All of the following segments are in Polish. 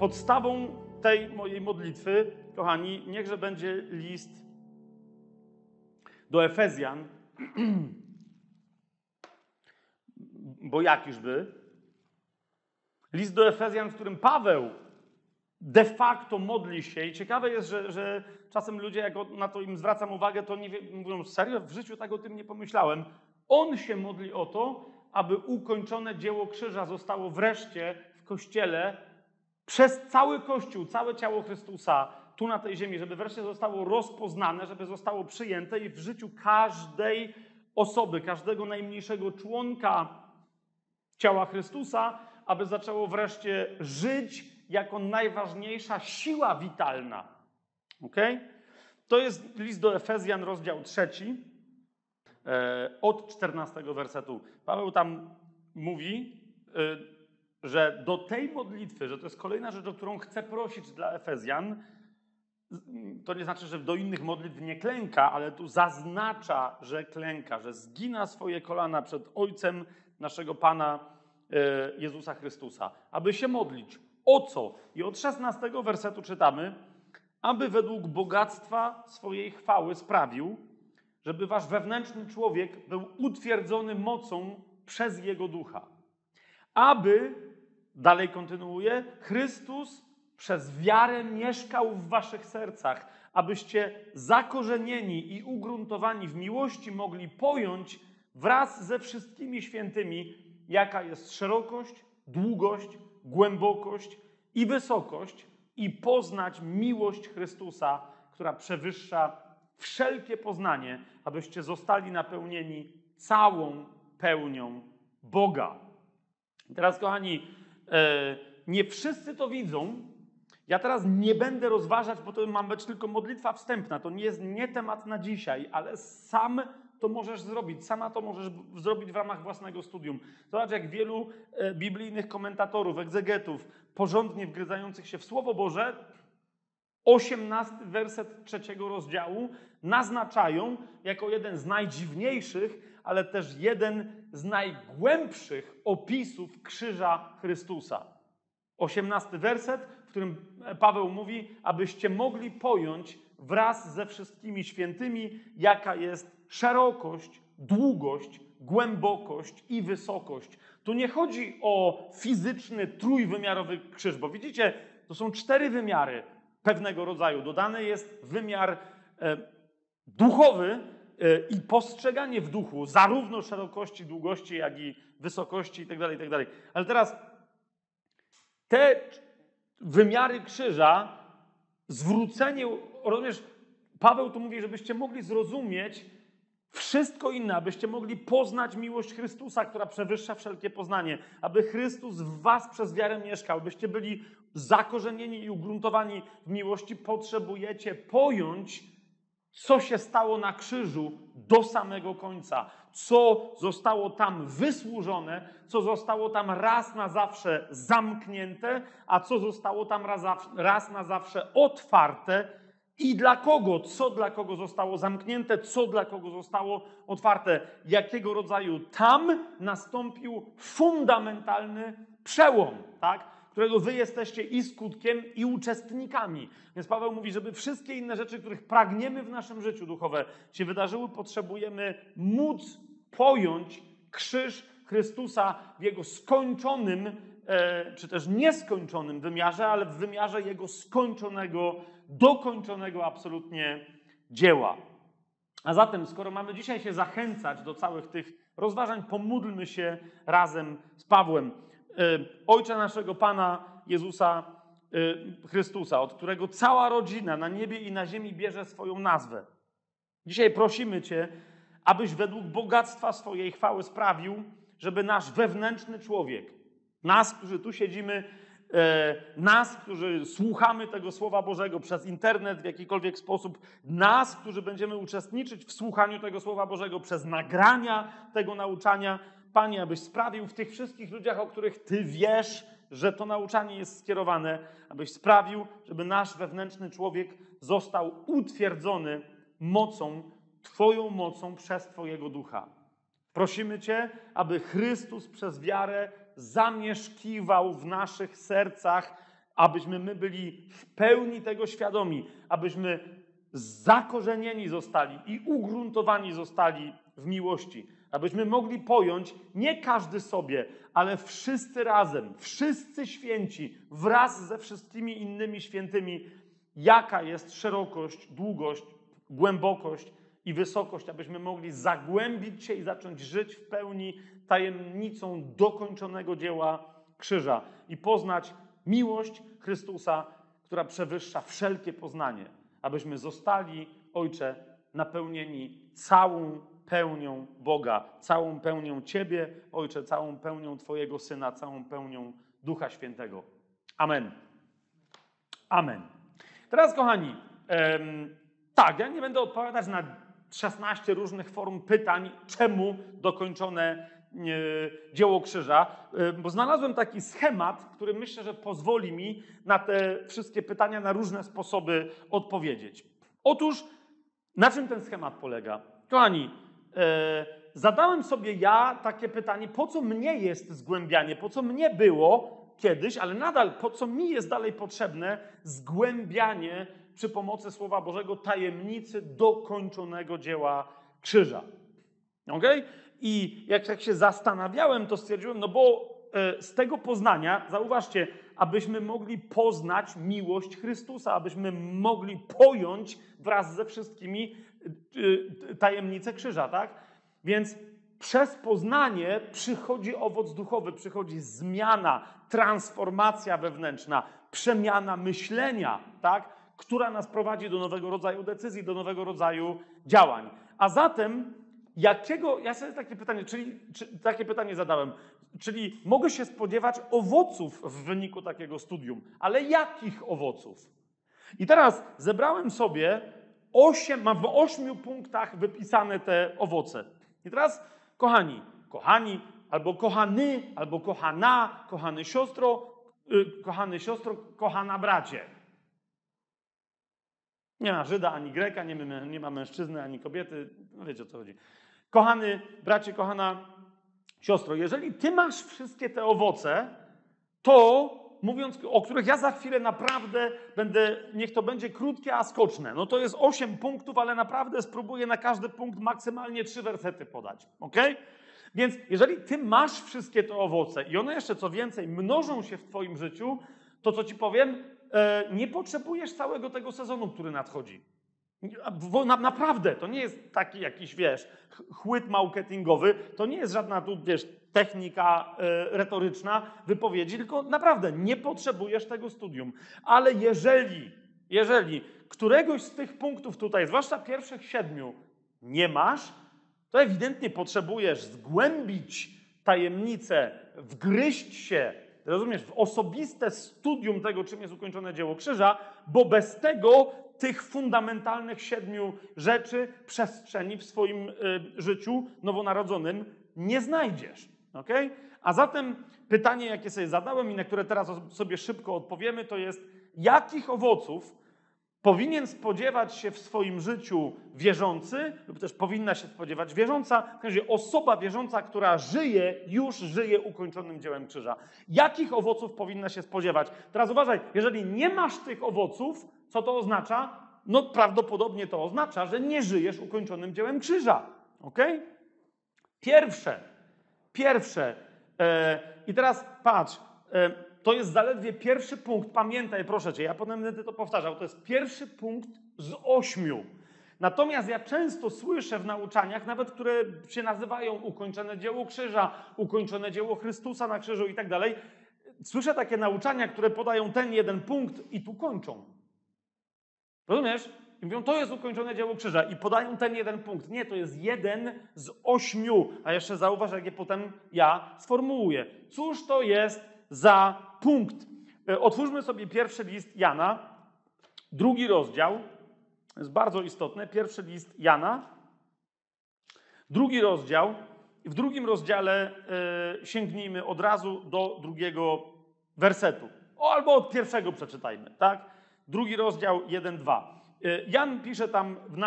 podstawą tej mojej modlitwy, kochani, niechże będzie list do Efezjan, bo jakiżby, list do Efezjan, w którym Paweł de facto modli się i ciekawe jest, że czasem ludzie, jak na to im zwracam uwagę, to nie mówią, serio, w życiu tak o tym nie pomyślałem. On się modli o to, aby ukończone dzieło krzyża zostało wreszcie w Kościele przez cały Kościół, całe ciało Chrystusa tu na tej ziemi, żeby wreszcie zostało rozpoznane, żeby zostało przyjęte i w życiu każdej osoby, każdego najmniejszego członka ciała Chrystusa, aby zaczęło wreszcie żyć jako najważniejsza siła witalna. Okay? To jest list do Efezjan, rozdział 3, od 14 wersetu. Paweł tam mówi, że do tej modlitwy, że to jest kolejna rzecz, o którą chcę prosić dla Efezjan, to nie znaczy, że do innych modlitw nie klęka, ale tu zaznacza, że klęka, że zgina swoje kolana przed Ojcem naszego Pana Jezusa Chrystusa, aby się modlić. O co? I od 16 wersetu czytamy, aby według bogactwa swojej chwały sprawił, żeby wasz wewnętrzny człowiek był utwierdzony mocą przez Jego Ducha. Aby, dalej kontynuuje, Chrystus przez wiarę mieszkał w waszych sercach, abyście zakorzenieni i ugruntowani w miłości mogli pojąć wraz ze wszystkimi świętymi, jaka jest szerokość, długość, głębokość i wysokość i poznać miłość Chrystusa, która przewyższa wszelkie poznanie, abyście zostali napełnieni całą pełnią Boga. Teraz, kochani, nie wszyscy to widzą. Ja teraz nie będę rozważać, bo to ma być tylko modlitwa wstępna. To nie jest temat na dzisiaj, ale sam to możesz zrobić. Sama to możesz zrobić w ramach własnego studium. Zobacz, jak wielu biblijnych komentatorów, egzegetów, porządnie wgryzających się w Słowo Boże, 18 werset 3 rozdziału naznaczają jako jeden z najdziwniejszych, ale też jeden z najgłębszych opisów krzyża Chrystusa. 18 werset, w którym Paweł mówi, abyście mogli pojąć wraz ze wszystkimi świętymi, jaka jest szerokość, długość, głębokość i wysokość. Tu nie chodzi o fizyczny, trójwymiarowy krzyż, bo widzicie, to są 4 wymiary pewnego rodzaju. Dodany jest wymiar duchowy i postrzeganie w duchu zarówno szerokości, długości, jak i wysokości itd., itd. Ale teraz te wymiary krzyża, zwrócenie, rozumiesz, Paweł tu mówi, żebyście mogli zrozumieć wszystko inne, abyście mogli poznać miłość Chrystusa, która przewyższa wszelkie poznanie, aby Chrystus w was przez wiarę mieszkał, byście byli zakorzenieni i ugruntowani w miłości, potrzebujecie pojąć, co się stało na krzyżu do samego końca, co zostało tam wysłużone, co zostało tam raz na zawsze zamknięte, a co zostało tam raz na zawsze otwarte i dla kogo, co dla kogo zostało zamknięte, co dla kogo zostało otwarte, jakiego rodzaju tam nastąpił fundamentalny przełom, tak? Którego wy jesteście i skutkiem, i uczestnikami. Więc Paweł mówi, żeby wszystkie inne rzeczy, których pragniemy w naszym życiu duchowe się wydarzyły, potrzebujemy móc pojąć krzyż Chrystusa w Jego skończonym, czy też nieskończonym wymiarze, ale w wymiarze Jego skończonego, dokończonego absolutnie dzieła. A zatem, skoro mamy dzisiaj się zachęcać do całych tych rozważań, pomódlmy się razem z Pawłem. Ojcze naszego Pana Jezusa Chrystusa, od którego cała rodzina na niebie i na ziemi bierze swoją nazwę. Dzisiaj prosimy Cię, abyś według bogactwa swojej chwały sprawił, żeby nasz wewnętrzny człowiek, nas, którzy tu siedzimy, nas, którzy słuchamy tego Słowa Bożego przez internet w jakikolwiek sposób, nas, którzy będziemy uczestniczyć w słuchaniu tego Słowa Bożego przez nagrania tego nauczania, Panie, abyś sprawił w tych wszystkich ludziach, o których Ty wiesz, że to nauczanie jest skierowane, abyś sprawił, żeby nasz wewnętrzny człowiek został utwierdzony mocą, Twoją mocą przez Twojego Ducha. Prosimy Cię, aby Chrystus przez wiarę zamieszkiwał w naszych sercach, abyśmy my byli w pełni tego świadomi, abyśmy zakorzenieni zostali i ugruntowani zostali w miłości. Abyśmy mogli pojąć, nie każdy sobie, ale wszyscy razem, wszyscy święci, wraz ze wszystkimi innymi świętymi, jaka jest szerokość, długość, głębokość i wysokość, abyśmy mogli zagłębić się i zacząć żyć w pełni tajemnicą dokończonego dzieła krzyża i poznać miłość Chrystusa, która przewyższa wszelkie poznanie, abyśmy zostali, Ojcze, napełnieni całą pełnią Boga, całą pełnią Ciebie, Ojcze, całą pełnią Twojego Syna, całą pełnią Ducha Świętego. Amen. Amen. Teraz, kochani, tak, ja nie będę odpowiadać na 16 różnych form pytań, czemu dokończone dzieło krzyża, bo znalazłem taki schemat, który myślę, że pozwoli mi na te wszystkie pytania na różne sposoby odpowiedzieć. Otóż, na czym ten schemat polega? Kochani, zadałem sobie ja takie pytanie, po co mnie jest zgłębianie, po co mnie było kiedyś, ale nadal po co mi jest dalej potrzebne zgłębianie przy pomocy Słowa Bożego tajemnicy dokończonego dzieła krzyża. Okay? I jak się zastanawiałem, to stwierdziłem, no bo z tego poznania, zauważcie, abyśmy mogli poznać miłość Chrystusa, abyśmy mogli pojąć wraz ze wszystkimi tajemnicę krzyża, tak? Więc przez poznanie przychodzi owoc duchowy, przychodzi zmiana, transformacja wewnętrzna, przemiana myślenia, tak? Która nas prowadzi do nowego rodzaju decyzji, do nowego rodzaju działań. A zatem, ja sobie takie pytanie zadałem, czyli mogę się spodziewać owoców w wyniku takiego studium, ale jakich owoców? I teraz zebrałem sobie mam w 8 punktach wypisane te owoce. I teraz, kochani, albo kochany, albo kochana, kochany siostro, kochana bracie. Nie ma Żyda ani Greka, nie ma mężczyzny ani kobiety. No wiecie, o co chodzi. Kochany bracie, kochana siostro, jeżeli ty masz wszystkie te owoce, to, mówiąc, o których ja za chwilę naprawdę niech to będzie krótkie, a skoczne. No to jest 8 punktów, ale naprawdę spróbuję na każdy punkt maksymalnie 3 wersety podać. Ok? Więc jeżeli ty masz wszystkie te owoce i one jeszcze, co więcej, mnożą się w twoim życiu, to co ci powiem, nie potrzebujesz całego tego sezonu, który nadchodzi. Naprawdę, to nie jest taki jakiś, chłyt marketingowy, to nie jest żadna tu, technika retoryczna wypowiedzi, tylko naprawdę nie potrzebujesz tego studium. Ale jeżeli któregoś z tych punktów tutaj, zwłaszcza pierwszych 7, nie masz, to ewidentnie potrzebujesz zgłębić tajemnicę, wgryźć się, rozumiesz, w osobiste studium tego, czym jest ukończone dzieło krzyża, bo bez tego tych fundamentalnych 7 rzeczy, przestrzeni w swoim życiu nowonarodzonym nie znajdziesz. Okay? A zatem pytanie, jakie sobie zadałem i na które teraz sobie szybko odpowiemy, to jest, jakich owoców powinien spodziewać się w swoim życiu wierzący, lub też powinna się spodziewać wierząca, w sensie osoba wierząca, która już żyje ukończonym dziełem krzyża. Jakich owoców powinna się spodziewać? Teraz uważaj, jeżeli nie masz tych owoców, co to oznacza? No prawdopodobnie to oznacza, że nie żyjesz ukończonym dziełem krzyża. Okay? Pierwsze. I teraz patrz, to jest zaledwie pierwszy punkt. Pamiętaj, proszę cię, ja potem będę to powtarzał. To jest pierwszy punkt z 8. Natomiast ja często słyszę w nauczaniach, nawet które się nazywają ukończone dzieło krzyża, ukończone dzieło Chrystusa na krzyżu i tak dalej. Słyszę takie nauczania, które podają ten jeden punkt i tu kończą. Rozumiesz? I mówią, to jest ukończone dzieło krzyża i podają ten jeden punkt. Nie, to jest 1 z 8. A jeszcze zauważ, jak je potem ja sformułuję. Cóż to jest za punkt? Otwórzmy sobie pierwszy list Jana, 2 rozdział. To jest bardzo istotne. Pierwszy list Jana, 2 rozdział. W 2 rozdziale sięgnijmy od razu do 2 wersetu. Albo od pierwszego przeczytajmy, tak? 2 rozdział, 1-2. Jan pisze tam w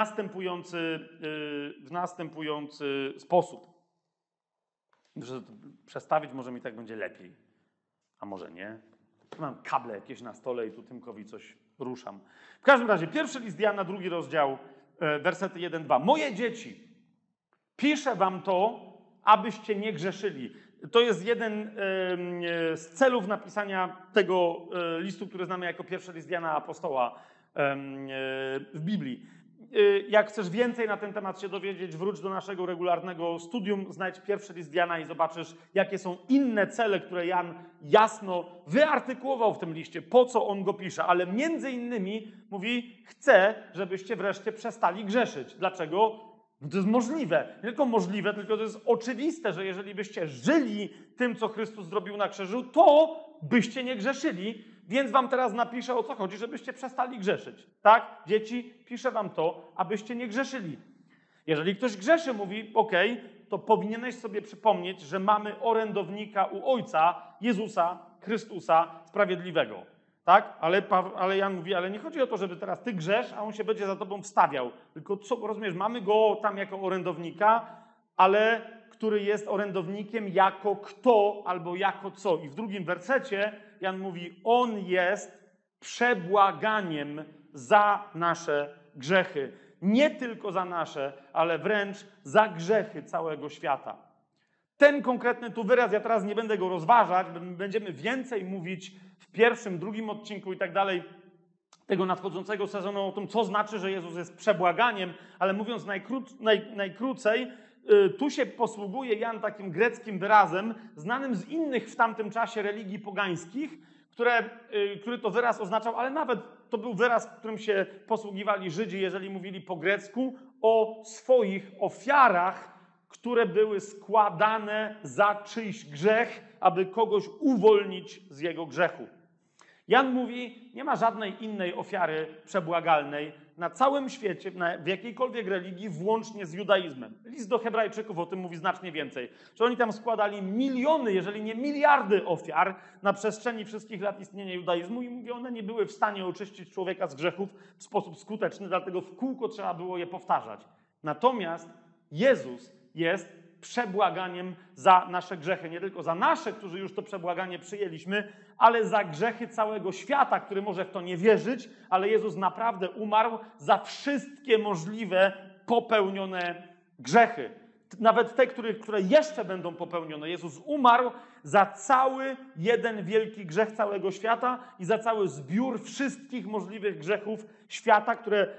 następujący sposób. Muszę to przestawić, może mi tak będzie lepiej. A może nie? Mam kable jakieś na stole i tu Tymkowi coś ruszam. W każdym razie, pierwszy list Jana, 2 rozdział, wersety 1-2. Moje dzieci, piszę wam to, abyście nie grzeszyli. To jest jeden z celów napisania tego listu, który znamy jako pierwszy list Jana Apostoła w Biblii. Jak chcesz więcej na ten temat się dowiedzieć, wróć do naszego regularnego studium, znajdź pierwszy list Jana i zobaczysz, jakie są inne cele, które Jan jasno wyartykułował w tym liście, po co on go pisze. Ale między innymi mówi, chcę, żebyście wreszcie przestali grzeszyć. Dlaczego? To jest możliwe. Nie tylko możliwe, tylko to jest oczywiste, że jeżeli byście żyli tym, co Chrystus zrobił na krzyżu, to byście nie grzeszyli. Więc wam teraz napiszę, o co chodzi, żebyście przestali grzeszyć. Tak? Dzieci, piszę wam to, abyście nie grzeszyli. Jeżeli ktoś grzeszy, mówi, to powinieneś sobie przypomnieć, że mamy orędownika u Ojca, Jezusa Chrystusa Sprawiedliwego. Tak? Ale Jan mówi, ale nie chodzi o to, żeby teraz ty grzesz, a on się będzie za tobą wstawiał. Tylko co, rozumiesz, mamy go tam jako orędownika, ale który jest orędownikiem jako kto albo jako co. I w drugim wersecie Jan mówi, on jest przebłaganiem za nasze grzechy. Nie tylko za nasze, ale wręcz za grzechy całego świata. Ten konkretny tu wyraz, ja teraz nie będę go rozważać, będziemy więcej mówić w pierwszym, drugim odcinku i tak dalej tego nadchodzącego sezonu o tym, co znaczy, że Jezus jest przebłaganiem, ale mówiąc najkrócej, tu się posługuje Jan takim greckim wyrazem, znanym z innych w tamtym czasie religii pogańskich, który to wyraz oznaczał, ale nawet to był wyraz, którym się posługiwali Żydzi, jeżeli mówili po grecku, o swoich ofiarach, które były składane za czyjś grzech, aby kogoś uwolnić z jego grzechu. Jan mówi, nie ma żadnej innej ofiary przebłagalnej na całym świecie, w jakiejkolwiek religii, włącznie z judaizmem. List do Hebrajczyków o tym mówi znacznie więcej. Że oni tam składali miliony, jeżeli nie miliardy ofiar na przestrzeni wszystkich lat istnienia judaizmu i mówi, one nie były w stanie oczyścić człowieka z grzechów w sposób skuteczny, dlatego w kółko trzeba było je powtarzać. Natomiast Jezus jest przebłaganiem za nasze grzechy. Nie tylko za nasze, którzy już to przebłaganie przyjęliśmy, ale za grzechy całego świata, który może w to nie wierzyć, ale Jezus naprawdę umarł za wszystkie możliwe popełnione grzechy. Nawet te, które jeszcze będą popełnione. Jezus umarł za cały jeden wielki grzech całego świata i za cały zbiór wszystkich możliwych grzechów świata,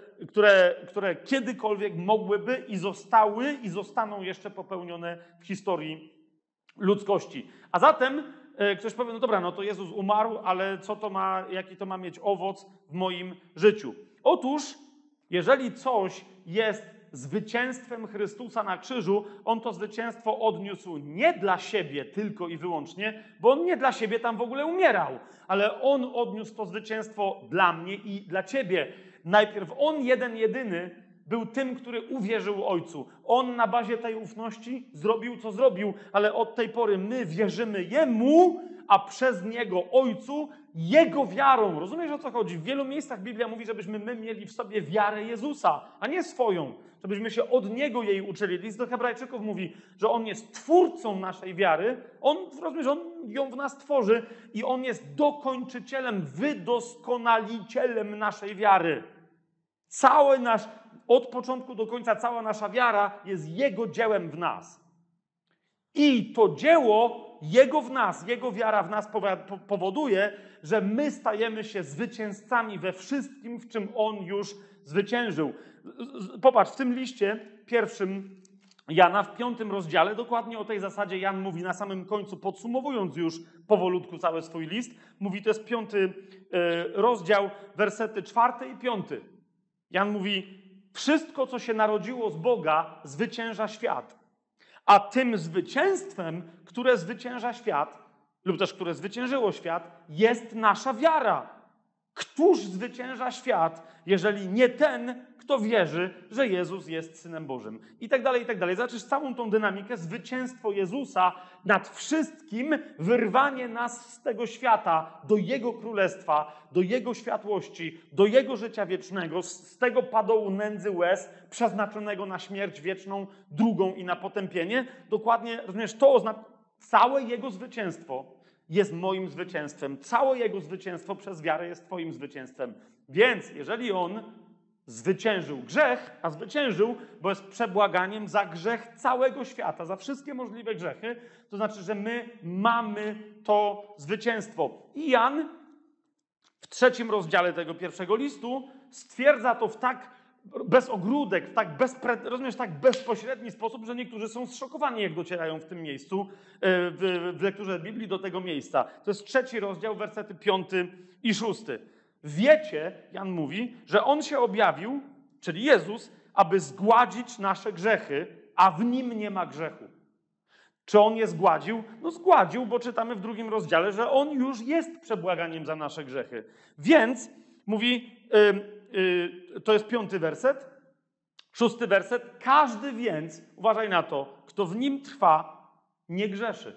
które kiedykolwiek mogłyby i zostaną jeszcze popełnione w historii ludzkości. A zatem ktoś powie, no dobra, no to Jezus umarł, ale jaki to ma mieć owoc w moim życiu? Otóż, jeżeli coś jest zwycięstwem Chrystusa na krzyżu, on to zwycięstwo odniósł nie dla siebie tylko i wyłącznie, bo on nie dla siebie tam w ogóle umierał, ale on odniósł to zwycięstwo dla mnie i dla ciebie. Najpierw on jedyny był tym, który uwierzył Ojcu. On na bazie tej ufności zrobił, co zrobił, ale od tej pory my wierzymy Jemu, a przez Niego Ojcu, Jego wiarą. Rozumiesz, o co chodzi? W wielu miejscach Biblia mówi, żebyśmy my mieli w sobie wiarę Jezusa, a nie swoją. Żebyśmy się od Niego jej uczyli. List do Hebrajczyków mówi, że On jest twórcą naszej wiary. On ją w nas tworzy i On jest dokończycielem, wydoskonalicielem naszej wiary. Od początku do końca cała nasza wiara jest Jego dziełem w nas. I to dzieło Jego w nas, Jego wiara w nas powoduje, że my stajemy się zwycięzcami we wszystkim, w czym On już zwyciężył. Popatrz, w tym liście pierwszym Jana, w 5 rozdziale, dokładnie o tej zasadzie Jan mówi na samym końcu, podsumowując już powolutku cały swój list. Mówi, to jest 5 rozdział, wersety 4 i 5. Jan mówi, wszystko, co się narodziło z Boga, zwycięża świat. A tym zwycięstwem, które zwycięża świat, lub też które zwyciężyło świat, jest nasza wiara. Któż zwycięża świat, jeżeli nie ten, kto wierzy, że Jezus jest Synem Bożym? I tak dalej, i tak dalej. Zobaczysz całą tą dynamikę, zwycięstwo Jezusa nad wszystkim, wyrwanie nas z tego świata do Jego królestwa, do Jego światłości, do Jego życia wiecznego, z tego padołu nędzy łez, przeznaczonego na śmierć wieczną, drugą i na potępienie. Dokładnie, rozumiesz, to oznacza całe Jego zwycięstwo jest moim zwycięstwem. Całe Jego zwycięstwo przez wiarę jest twoim zwycięstwem. Więc jeżeli On zwyciężył grzech, a zwyciężył, bo jest przebłaganiem za grzech całego świata, za wszystkie możliwe grzechy, to znaczy, że my mamy to zwycięstwo. I Jan w 3 rozdziale tego pierwszego listu stwierdza to w tak bez ogródek, w tak bezpośredni sposób, że niektórzy są zszokowani, jak docierają w tym miejscu, w lekturze Biblii do tego miejsca. To jest 3 rozdział, wersety 5 i 6. Wiecie, Jan mówi, że On się objawił, czyli Jezus, aby zgładzić nasze grzechy, a w Nim nie ma grzechu. Czy On je zgładził? No zgładził, bo czytamy w 2 rozdziale, że On już jest przebłaganiem za nasze grzechy. Więc, mówi, to jest 5 werset, 6 werset, każdy więc, uważaj na to, kto w Nim trwa, nie grzeszy.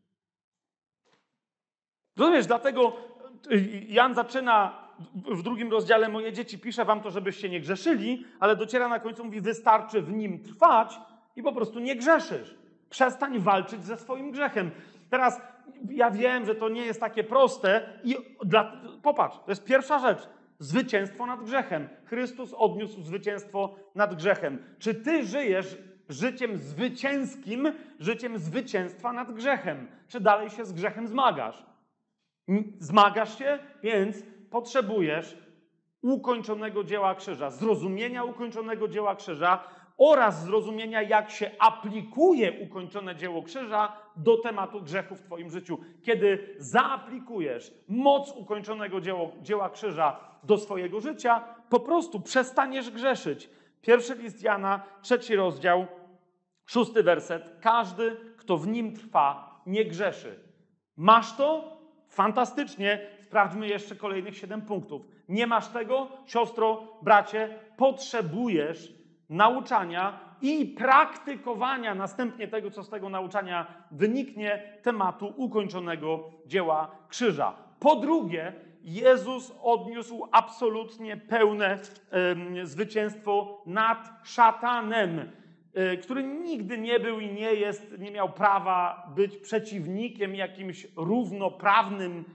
Rozumiesz, dlatego Jan zaczyna w 2 rozdziale, moje dzieci, piszę wam to, żebyście nie grzeszyli, ale dociera na końcu, mówi, wystarczy w Nim trwać i po prostu nie grzeszysz. Przestań walczyć ze swoim grzechem. Teraz ja wiem, że to nie jest takie proste i popatrz, to jest pierwsza rzecz. Zwycięstwo nad grzechem. Chrystus odniósł zwycięstwo nad grzechem. Czy ty żyjesz życiem zwycięskim, życiem zwycięstwa nad grzechem? Czy dalej się z grzechem zmagasz? Zmagasz się, więc potrzebujesz ukończonego dzieła krzyża, zrozumienia ukończonego dzieła krzyża oraz zrozumienia, jak się aplikuje ukończone dzieło krzyża do tematu grzechu w twoim życiu. Kiedy zaaplikujesz moc ukończonego dzieła krzyża do swojego życia, po prostu przestaniesz grzeszyć. 1 list Jana, 3 rozdział, 6 werset. Każdy, kto w Nim trwa, nie grzeszy. Masz to? Fantastycznie. Sprawdźmy jeszcze kolejnych 7 punktów. Nie masz tego? Siostro, bracie, potrzebujesz nauczania i praktykowania następnie tego, co z tego nauczania wyniknie, tematu ukończonego dzieła krzyża. Po drugie, Jezus odniósł absolutnie pełne zwycięstwo nad szatanem, który nigdy nie był i nie miał prawa być przeciwnikiem jakimś równoprawnym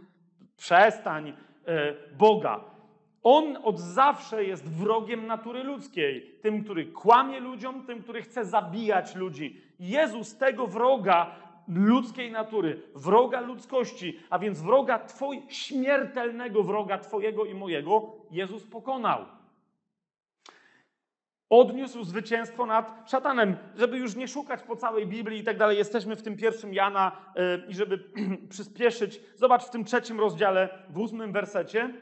Boga. On od zawsze jest wrogiem natury ludzkiej. Tym, który kłamie ludziom, tym, który chce zabijać ludzi. Jezus tego wroga ludzkiej natury, wroga ludzkości, a więc śmiertelnego wroga twojego i mojego, Jezus pokonał. Odniósł zwycięstwo nad szatanem. Żeby już nie szukać po całej Biblii i tak dalej, jesteśmy w tym 1 Jana i żeby przyspieszyć, zobacz w tym 3 rozdziale, w 8 wersecie,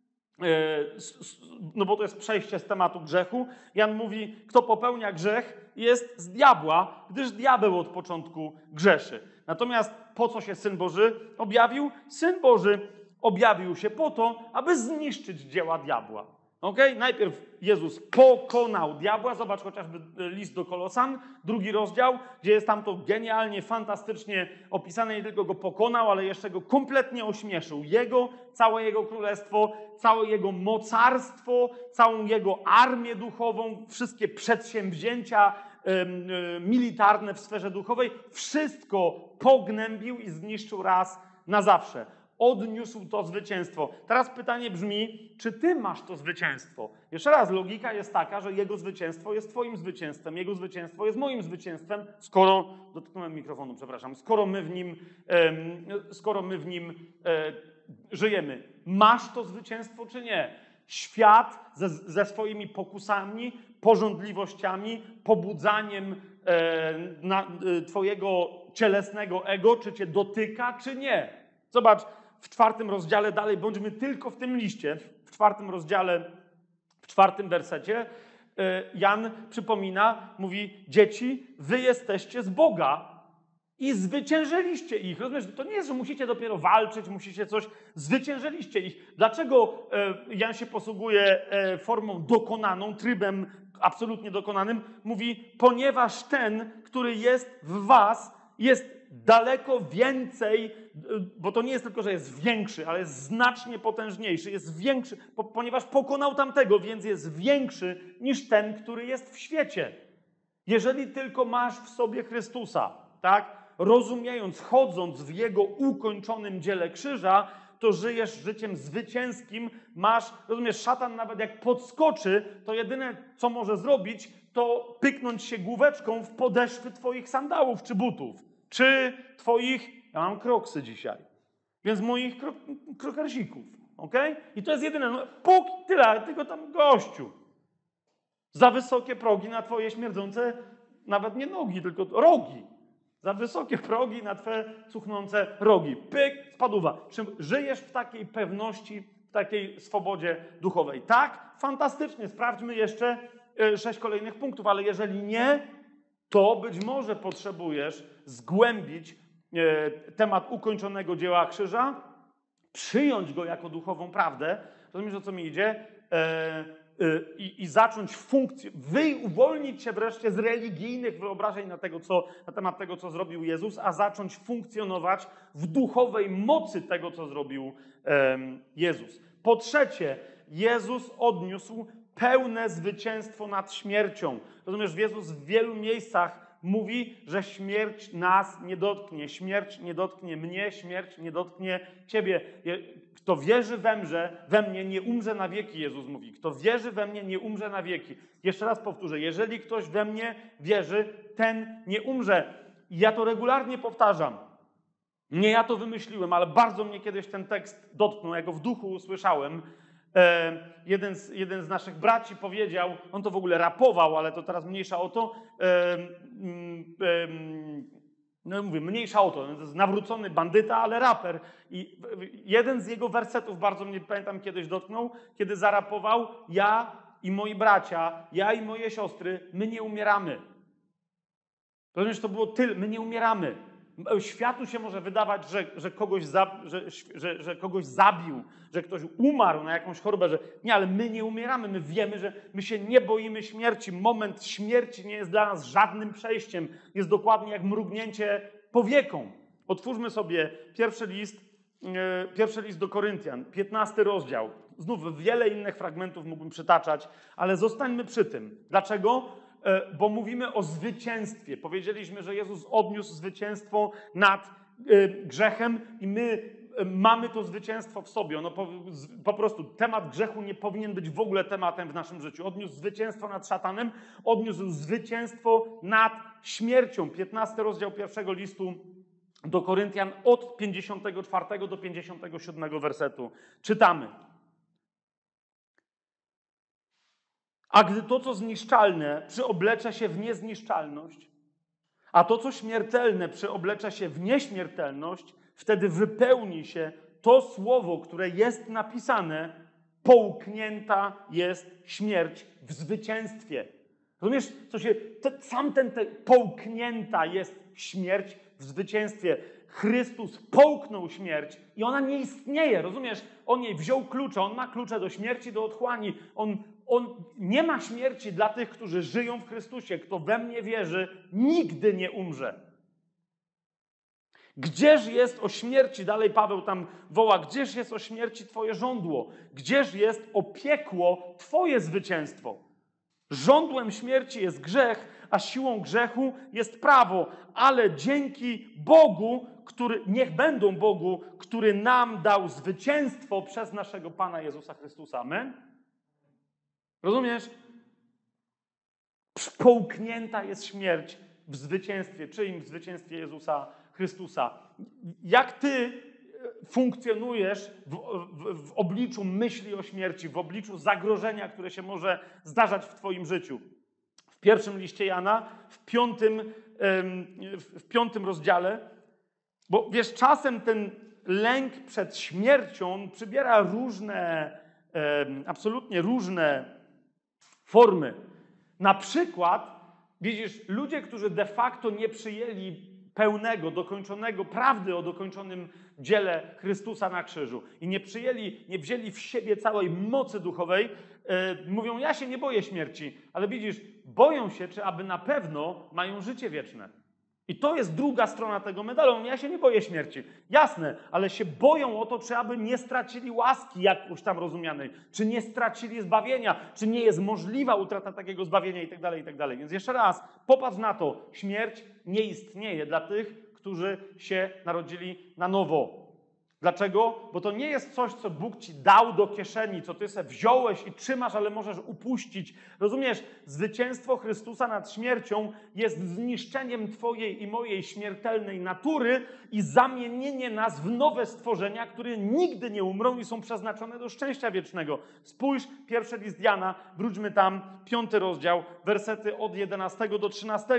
no bo to jest przejście z tematu grzechu. Jan mówi, kto popełnia grzech, jest z diabła, gdyż diabeł od początku grzeszy. Natomiast po co się Syn Boży objawił? Syn Boży objawił się po to, aby zniszczyć dzieła diabła. Okay? Najpierw Jezus pokonał diabła. Zobacz chociażby list do Kolosan, 2 rozdział, gdzie jest tam to genialnie, fantastycznie opisane. Nie tylko go pokonał, ale jeszcze go kompletnie ośmieszył. Całe jego królestwo, całe jego mocarstwo, całą jego armię duchową, wszystkie przedsięwzięcia militarne w sferze duchowej. Wszystko pognębił i zniszczył raz na zawsze. Odniósł to zwycięstwo. Teraz pytanie brzmi, czy ty masz to zwycięstwo? Jeszcze raz, logika jest taka, że jego zwycięstwo jest twoim zwycięstwem, jego zwycięstwo jest moim zwycięstwem, dotknąłem mikrofonu, przepraszam, skoro my w nim żyjemy. Masz to zwycięstwo, czy nie? Świat ze swoimi pokusami, pożądliwościami, pobudzaniem twojego cielesnego ego, czy cię dotyka, czy nie? Zobacz, w 4 rozdziale dalej, bądźmy tylko w tym liście, w 4 rozdziale, w 4 wersecie, Jan przypomina, mówi, dzieci, wy jesteście z Boga i zwyciężyliście ich. Rozumiesz, to nie jest, że musicie dopiero walczyć, musicie coś, zwyciężyliście ich. Dlaczego Jan się posługuje formą dokonaną, trybem absolutnie dokonanym? Mówi, ponieważ ten, który jest w was, jest daleko więcej, bo to nie jest tylko, że jest większy, ale jest znacznie potężniejszy, jest większy, ponieważ pokonał tamtego, więc jest większy niż ten, który jest w świecie. Jeżeli tylko masz w sobie Chrystusa, tak? rozumiejąc, chodząc w Jego ukończonym dziele krzyża, to żyjesz życiem zwycięskim, masz, rozumiesz, szatan nawet jak podskoczy, to jedyne, co może zrobić, to pyknąć się główeczką w podeszwy twoich sandałów czy butów, czy twoich, ja mam kroksy dzisiaj, więc moich krokersików, okej? I to jest jedyne, no, puk, tyle, tylko tam gościu. Za wysokie progi na twoje śmierdzące, nawet nie nogi, tylko rogi. Za wysokie progi na twoje cuchnące rogi. Pyk, spadówa. Czy żyjesz w takiej pewności, w takiej swobodzie duchowej? Tak? Fantastycznie. Sprawdźmy jeszcze 6 kolejnych punktów, ale jeżeli nie, to być może potrzebujesz zgłębić temat ukończonego dzieła krzyża, przyjąć go jako duchową prawdę. Rozumiesz, o co mi idzie? I zacząć uwolnić się wreszcie z religijnych wyobrażeń na temat tego, co zrobił Jezus, a zacząć funkcjonować w duchowej mocy tego, co zrobił Jezus. Po trzecie, Jezus odniósł pełne zwycięstwo nad śmiercią. Rozumiesz, Jezus w wielu miejscach mówi, że śmierć nas nie dotknie. Śmierć nie dotknie mnie, śmierć nie dotknie ciebie. Kto wierzy we mnie, nie umrze na wieki, Jezus mówi. Kto wierzy we mnie, nie umrze na wieki. Jeszcze raz powtórzę, jeżeli ktoś we mnie wierzy, ten nie umrze. I ja to regularnie powtarzam. Nie ja to wymyśliłem, ale bardzo mnie kiedyś ten tekst dotknął, ja go w duchu usłyszałem. Jeden z naszych braci powiedział, on to w ogóle rapował, ale to teraz mniejsza o to, no mówię, mniejsza o to jest nawrócony bandyta, ale raper. I jeden z jego wersetów bardzo mnie, pamiętam, kiedyś dotknął, kiedy zarapował: ja i moi bracia, ja i moje siostry, my nie umieramy. Rozumiesz, to było tyle, my nie umieramy. Światu się może wydawać, że kogoś zabił, że ktoś umarł na jakąś chorobę, że nie, ale my nie umieramy, my wiemy, że my się nie boimy śmierci. Moment śmierci nie jest dla nas żadnym przejściem, jest dokładnie jak mrugnięcie powieką. Otwórzmy sobie pierwszy list do Koryntian, 15 rozdział. Znów wiele innych fragmentów mógłbym przytaczać, ale zostańmy przy tym. Dlaczego? Bo mówimy o zwycięstwie. Powiedzieliśmy, że Jezus odniósł zwycięstwo nad grzechem i my mamy to zwycięstwo w sobie. Ono po prostu temat grzechu nie powinien być w ogóle tematem w naszym życiu. Odniósł zwycięstwo nad szatanem, odniósł zwycięstwo nad śmiercią. 15 rozdział pierwszego listu do Koryntian od 54 do 57 wersetu. Czytamy. A gdy to, co zniszczalne, przyoblecze się w niezniszczalność, a to, co śmiertelne, przyoblecze się w nieśmiertelność, wtedy wypełni się to słowo, które jest napisane: połknięta jest śmierć w zwycięstwie. Rozumiesz, połknięta jest śmierć w zwycięstwie. Chrystus połknął śmierć i ona nie istnieje, rozumiesz? On jej wziął klucze, on ma klucze do śmierci, do otchłani. On nie ma śmierci dla tych, którzy żyją w Chrystusie. Kto we mnie wierzy, nigdy nie umrze. Gdzież jest o śmierci, dalej Paweł tam woła, gdzież jest o śmierci twoje żądło? Gdzież jest o piekło twoje zwycięstwo? Żądłem śmierci jest grzech, a siłą grzechu jest prawo. Ale dzięki Bogu, niech będą Bogu, który nam dał zwycięstwo przez naszego Pana Jezusa Chrystusa. Amen? Rozumiesz? Połknięta jest śmierć w zwycięstwie. Czyim? W zwycięstwie Jezusa Chrystusa. Jak ty funkcjonujesz w obliczu myśli o śmierci, w obliczu zagrożenia, które się może zdarzać w twoim życiu? W pierwszym liście Jana, w piątym rozdziale, bo wiesz, czasem ten lęk przed śmiercią przybiera absolutnie różne formy. Na przykład, widzisz, ludzie, którzy de facto nie przyjęli pełnego, dokończonego, prawdy o dokończonym dziele Chrystusa na krzyżu i nie wzięli w siebie całej mocy duchowej, mówią: ja się nie boję śmierci, ale widzisz, boją się, czy aby na pewno mają życie wieczne. I to jest druga strona tego medalu. Ja się nie boję śmierci. Jasne, ale się boją o to, czy aby nie stracili łaski jakoś tam rozumianej, czy nie stracili zbawienia, czy nie jest możliwa utrata takiego zbawienia i tak dalej, i tak dalej. Więc jeszcze raz, popatrz na to. Śmierć nie istnieje dla tych, którzy się narodzili na nowo. Dlaczego? Bo to nie jest coś, co Bóg ci dał do kieszeni, co ty sobie wziąłeś i trzymasz, ale możesz upuścić. Rozumiesz? Zwycięstwo Chrystusa nad śmiercią jest zniszczeniem twojej i mojej śmiertelnej natury i zamienienie nas w nowe stworzenia, które nigdy nie umrą i są przeznaczone do szczęścia wiecznego. Spójrz, pierwszy list Jana, wróćmy tam, 5 rozdział, wersety od 11 do 13.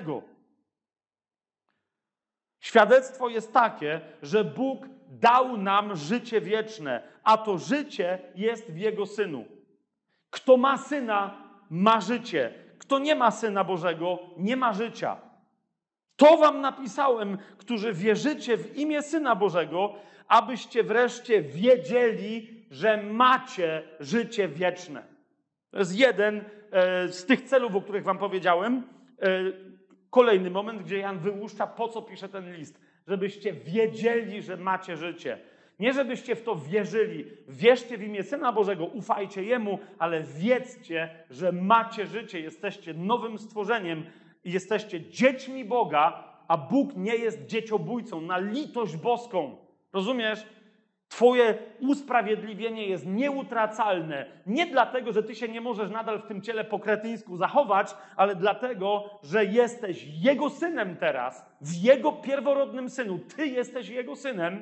Świadectwo jest takie, że Bóg dał nam życie wieczne, a to życie jest w Jego Synu. Kto ma Syna, ma życie. Kto nie ma Syna Bożego, nie ma życia. To wam napisałem, którzy wierzycie w imię Syna Bożego, abyście wreszcie wiedzieli, że macie życie wieczne. To jest jeden z tych celów, o których wam powiedziałem. Kolejny moment, gdzie Jan wyłuszcza, po co pisze ten list. Żebyście wiedzieli, że macie życie. Nie żebyście w to wierzyli. Wierzcie w imię Syna Bożego, ufajcie Jemu, ale wiedzcie, że macie życie. Jesteście nowym stworzeniem i jesteście dziećmi Boga, a Bóg nie jest dzieciobójcą. Na litość boską. Rozumiesz? Twoje usprawiedliwienie jest nieutracalne. Nie dlatego, że ty się nie możesz nadal w tym ciele po kretyńsku zachować, ale dlatego, że jesteś Jego synem teraz, w Jego pierworodnym synu. Ty jesteś Jego synem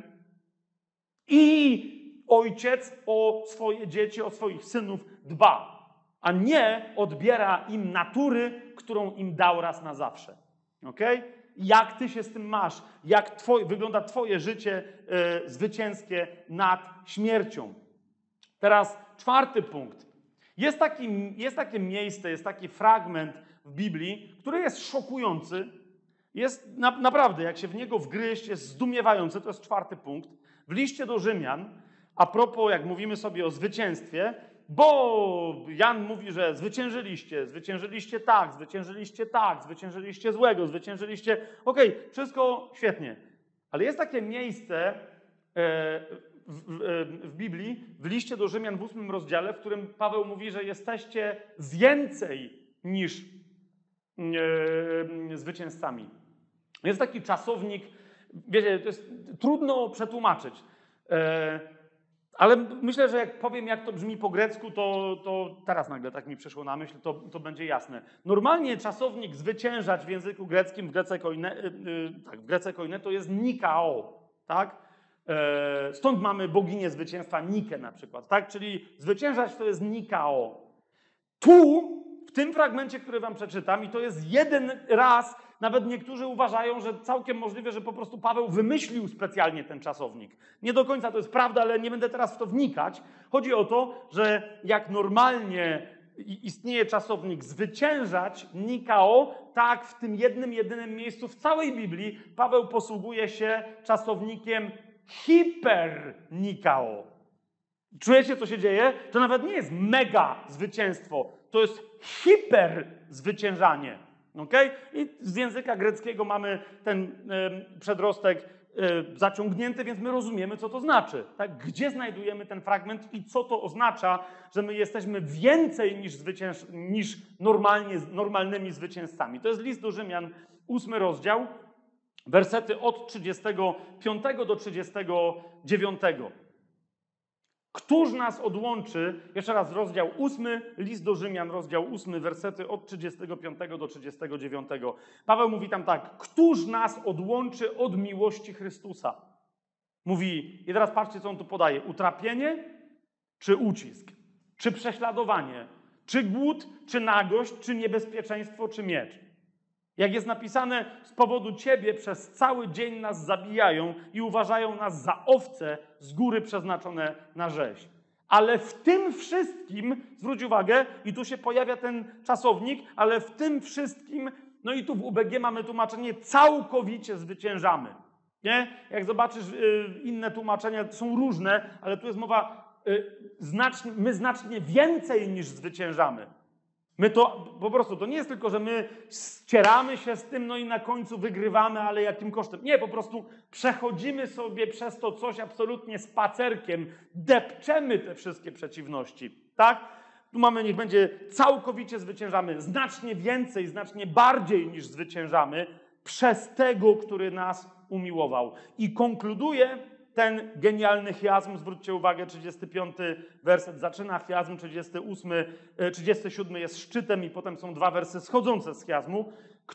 i ojciec o swoje dzieci, o swoich synów dba, a nie odbiera im natury, którą im dał raz na zawsze. Okej? Jak ty się z tym masz? Jak wygląda twoje życie zwycięskie nad śmiercią? Teraz 4. punkt. Jest takie miejsce, jest taki fragment w Biblii, który jest szokujący. Jest naprawdę, jak się w niego wgryźć, jest zdumiewający. To jest 4. punkt. W liście do Rzymian, a propos, jak mówimy sobie o zwycięstwie, bo Jan mówi, że zwyciężyliście tak, zwyciężyliście złego, zwyciężyliście... Okej, wszystko świetnie. Ale jest takie miejsce w Biblii, w liście do Rzymian w 8 rozdziale, w którym Paweł mówi, że jesteście więcej niż zwycięzcami. Jest taki czasownik, wiecie, to jest trudno przetłumaczyć. Ale myślę, że jak powiem, jak to brzmi po grecku, to teraz nagle tak mi przyszło na myśl, to będzie jasne. Normalnie czasownik zwyciężać w języku greckim, w Grece koine, to jest nikao, tak? Stąd mamy boginię zwycięstwa Nikę na przykład, tak? Czyli zwyciężać to jest nikao. Tu, w tym fragmencie, który wam przeczytam, i to jest jeden raz, nawet niektórzy uważają, że całkiem możliwe, że po prostu Paweł wymyślił specjalnie ten czasownik. Nie do końca to jest prawda, ale nie będę teraz w to wnikać. Chodzi o to, że jak normalnie istnieje czasownik zwyciężać, nikao, tak w tym jedynym miejscu w całej Biblii Paweł posługuje się czasownikiem hipernikao. Czujecie, co się dzieje? To nawet nie jest mega zwycięstwo, to jest hiperzwyciężanie. Okay? I z języka greckiego mamy ten przedrostek zaciągnięty, więc my rozumiemy, co to znaczy. Tak? Gdzie znajdujemy ten fragment i co to oznacza, że my jesteśmy więcej niż normalnymi zwycięzcami. To jest list do Rzymian, 8 rozdział, wersety od 35 do 39. Któż nas odłączy, jeszcze raz rozdział 8, list do Rzymian, rozdział 8, wersety od 35 do 39. Paweł mówi tam tak, któż nas odłączy od miłości Chrystusa? Mówi, i teraz patrzcie, co on tu podaje, utrapienie czy ucisk, czy prześladowanie, czy głód, czy nagość, czy niebezpieczeństwo, czy miecz. Jak jest napisane, z powodu Ciebie przez cały dzień nas zabijają i uważają nas za owce z góry przeznaczone na rzeź. Ale w tym wszystkim, zwróć uwagę, i tu się pojawia ten czasownik, ale w tym wszystkim, no i tu w UBG mamy tłumaczenie, całkowicie zwyciężamy. Nie? Jak zobaczysz, inne tłumaczenia są różne, ale tu jest mowa, my znacznie więcej niż zwyciężamy. My to po prostu, to nie jest tylko, że my ścieramy się z tym, no i na końcu wygrywamy, ale jakim kosztem? Nie, po prostu przechodzimy sobie przez to coś absolutnie spacerkiem, depczemy te wszystkie przeciwności, tak? Tu mamy, niech będzie całkowicie zwyciężamy, znacznie więcej, znacznie bardziej niż zwyciężamy przez tego, który nas umiłował. I konkluduje ten genialny chiazm, zwróćcie uwagę, 35 werset zaczyna chiazm, 37 jest szczytem i potem są 2 wersy schodzące z chiazmu.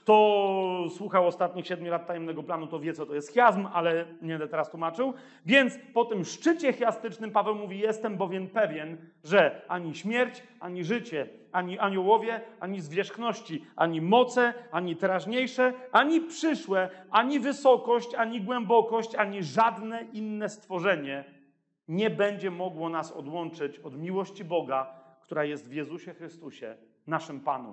Kto słuchał ostatnich 7 lat Tajemnego Planu, to wie, co to jest chiazm, ale nie będę teraz tłumaczył. Więc po tym szczycie chiastycznym Paweł mówi, jestem bowiem pewien, że ani śmierć, ani życie, ani aniołowie, ani zwierzchności, ani moce, ani teraźniejsze, ani przyszłe, ani wysokość, ani głębokość, ani żadne inne stworzenie nie będzie mogło nas odłączyć od miłości Boga, która jest w Jezusie Chrystusie, naszym Panu.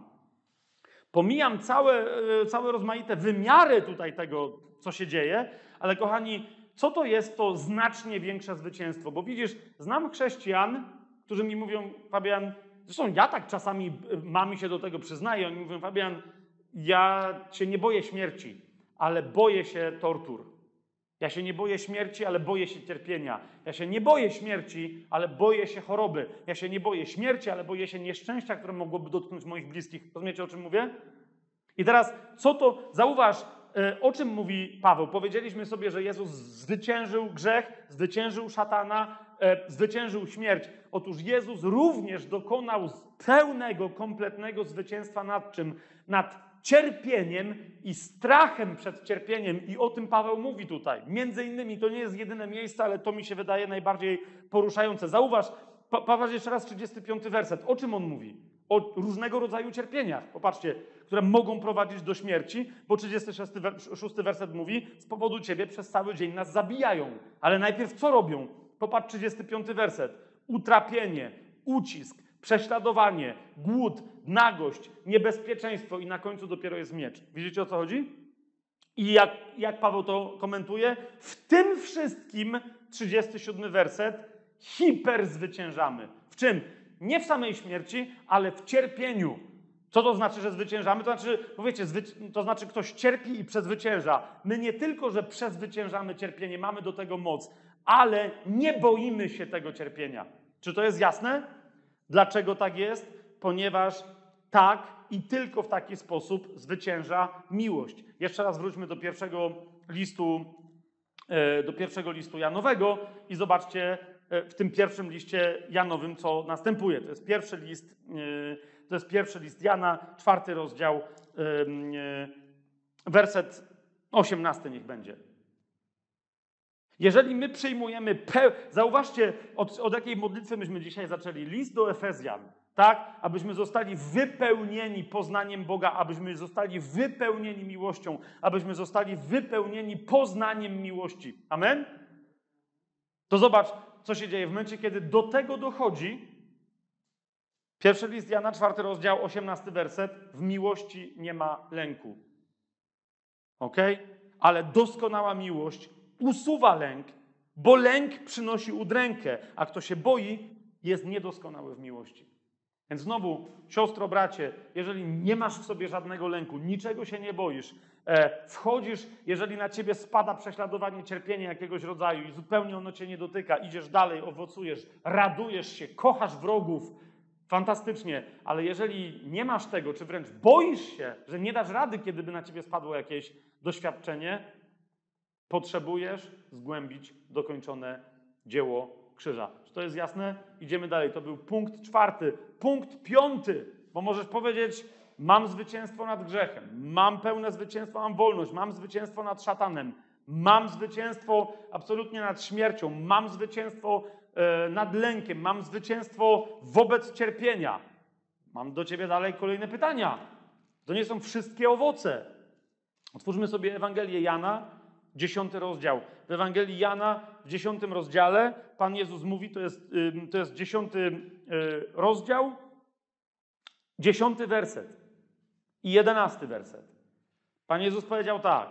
Pomijam całe rozmaite wymiary tutaj tego, co się dzieje, ale kochani, co to jest to znacznie większe zwycięstwo? Bo widzisz, znam chrześcijan, którzy mi mówią, Fabian, zresztą ja tak czasami mami się do tego przyznaję, oni mówią, Fabian, ja się nie boję śmierci, ale boję się tortur. Ja się nie boję śmierci, ale boję się cierpienia. Ja się nie boję śmierci, ale boję się choroby. Ja się nie boję śmierci, ale boję się nieszczęścia, które mogłoby dotknąć moich bliskich. Rozumiecie, o czym mówię? I teraz, co to, zauważ, o czym mówi Paweł. Powiedzieliśmy sobie, że Jezus zwyciężył grzech, zwyciężył szatana, zwyciężył śmierć. Otóż Jezus również dokonał pełnego, kompletnego zwycięstwa nad czym? Nad cierpieniem i strachem przed cierpieniem. I o tym Paweł mówi tutaj. Między innymi, to nie jest jedyne miejsce, ale to mi się wydaje najbardziej poruszające. Zauważ, Paweł jeszcze raz 35 werset. O czym on mówi? O różnego rodzaju cierpieniach. Popatrzcie, które mogą prowadzić do śmierci, bo 36 werset mówi, z powodu ciebie przez cały dzień nas zabijają. Ale najpierw co robią? Popatrz 35 werset. Utrapienie, ucisk, prześladowanie, głód, nagość, niebezpieczeństwo i na końcu dopiero jest miecz. Widzicie, o co chodzi? I jak Paweł to komentuje? W tym wszystkim, 37 werset, hiperzwyciężamy. W czym? Nie w samej śmierci, ale w cierpieniu. Co to znaczy, że zwyciężamy? To znaczy, powiecie, to znaczy ktoś cierpi i przezwycięża. My nie tylko, że przezwyciężamy cierpienie, mamy do tego moc, ale nie boimy się tego cierpienia. Czy to jest jasne? Dlaczego tak jest? Ponieważ tak i tylko w taki sposób zwycięża miłość. Jeszcze raz wróćmy do pierwszego listu Janowego i zobaczcie w tym pierwszym liście Janowym, co następuje. To jest pierwszy list Jana, 4 rozdział, werset 18 niech będzie. Jeżeli my przyjmujemy, zauważcie, od jakiej modlitwy myśmy dzisiaj zaczęli. List do Efezjan, tak? Abyśmy zostali wypełnieni poznaniem Boga, abyśmy zostali wypełnieni miłością, abyśmy zostali wypełnieni poznaniem miłości. Amen? To zobacz, co się dzieje w momencie, kiedy do tego dochodzi. Pierwszy list Jana, 4 rozdział, 18 werset. W miłości nie ma lęku. Ok? Ale doskonała miłość usuwa lęk, bo lęk przynosi udrękę, a kto się boi, jest niedoskonały w miłości. Więc znowu, siostro, bracie, jeżeli nie masz w sobie żadnego lęku, niczego się nie boisz, wchodzisz, jeżeli na ciebie spada prześladowanie, cierpienie jakiegoś rodzaju i zupełnie ono cię nie dotyka, idziesz dalej, owocujesz, radujesz się, kochasz wrogów, fantastycznie, ale jeżeli nie masz tego, czy wręcz boisz się, że nie dasz rady, kiedy by na ciebie spadło jakieś doświadczenie, potrzebujesz zgłębić dokończone dzieło krzyża. Czy to jest jasne? Idziemy dalej. To był punkt 4. Punkt 5. Bo możesz powiedzieć, mam zwycięstwo nad grzechem, mam pełne zwycięstwo, mam wolność, mam zwycięstwo nad szatanem, mam zwycięstwo absolutnie nad śmiercią, mam zwycięstwo nad lękiem, mam zwycięstwo wobec cierpienia. Mam do ciebie dalej kolejne pytania. To nie są wszystkie owoce. Otwórzmy sobie Ewangelię Jana, 10 rozdział. W Ewangelii Jana, w 10 rozdziale, Pan Jezus mówi, to jest 10 rozdział, 10 werset i 11 werset. Pan Jezus powiedział tak.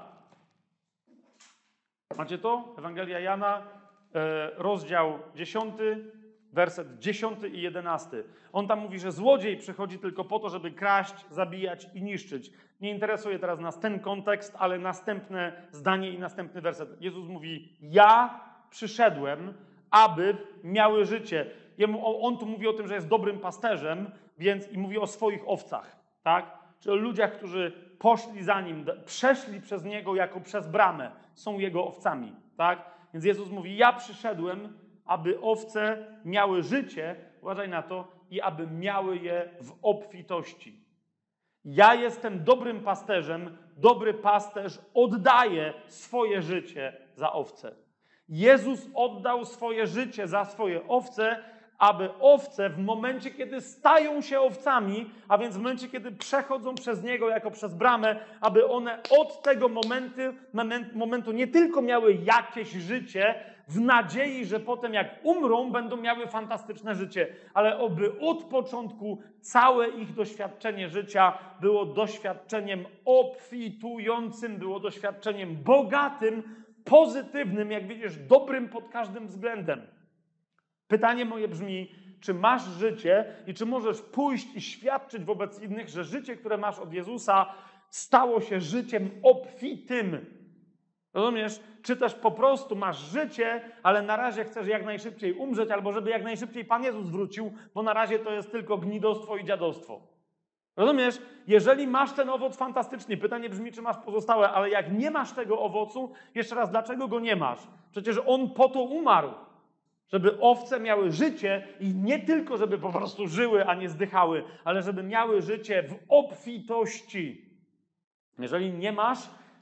Macie to? Ewangelia Jana, rozdział 10, werset 10 i 11. On tam mówi, że złodziej przychodzi tylko po to, żeby kraść, zabijać i niszczyć. Nie interesuje teraz nas ten kontekst, ale następne zdanie i następny werset. Jezus mówi, ja przyszedłem, aby miały życie. On tu mówi o tym, że jest dobrym pasterzem, więc i mówi o swoich owcach, tak? Czyli o ludziach, którzy poszli za Nim, przeszli przez Niego jako przez bramę, są Jego owcami, tak? Więc Jezus mówi, ja przyszedłem, aby owce miały życie, uważaj na to, i aby miały je w obfitości. Ja jestem dobrym pasterzem, dobry pasterz oddaje swoje życie za owce. Jezus oddał swoje życie za swoje owce, aby owce w momencie, kiedy stają się owcami, a więc w momencie, kiedy przechodzą przez Niego jako przez bramę, aby one od tego momentu nie tylko miały jakieś życie, w nadziei, że potem jak umrą, będą miały fantastyczne życie, ale aby od początku całe ich doświadczenie życia było doświadczeniem obfitującym, było doświadczeniem bogatym, pozytywnym, jak widzisz, dobrym pod każdym względem. Pytanie moje brzmi, czy masz życie i czy możesz pójść i świadczyć wobec innych, że życie, które masz od Jezusa, stało się życiem obfitym. Rozumiesz? Czy też po prostu masz życie, ale na razie chcesz jak najszybciej umrzeć, albo żeby jak najszybciej Pan Jezus wrócił, bo na razie to jest tylko gnidostwo i dziadostwo. Rozumiesz? Jeżeli masz ten owoc, fantastycznie. Pytanie brzmi, czy masz pozostałe, ale jak nie masz tego owocu, jeszcze raz, dlaczego go nie masz? Przecież On po to umarł, żeby owce miały życie i nie tylko, żeby po prostu żyły, a nie zdychały, ale żeby miały życie w obfitości. Jeżeli nie masz,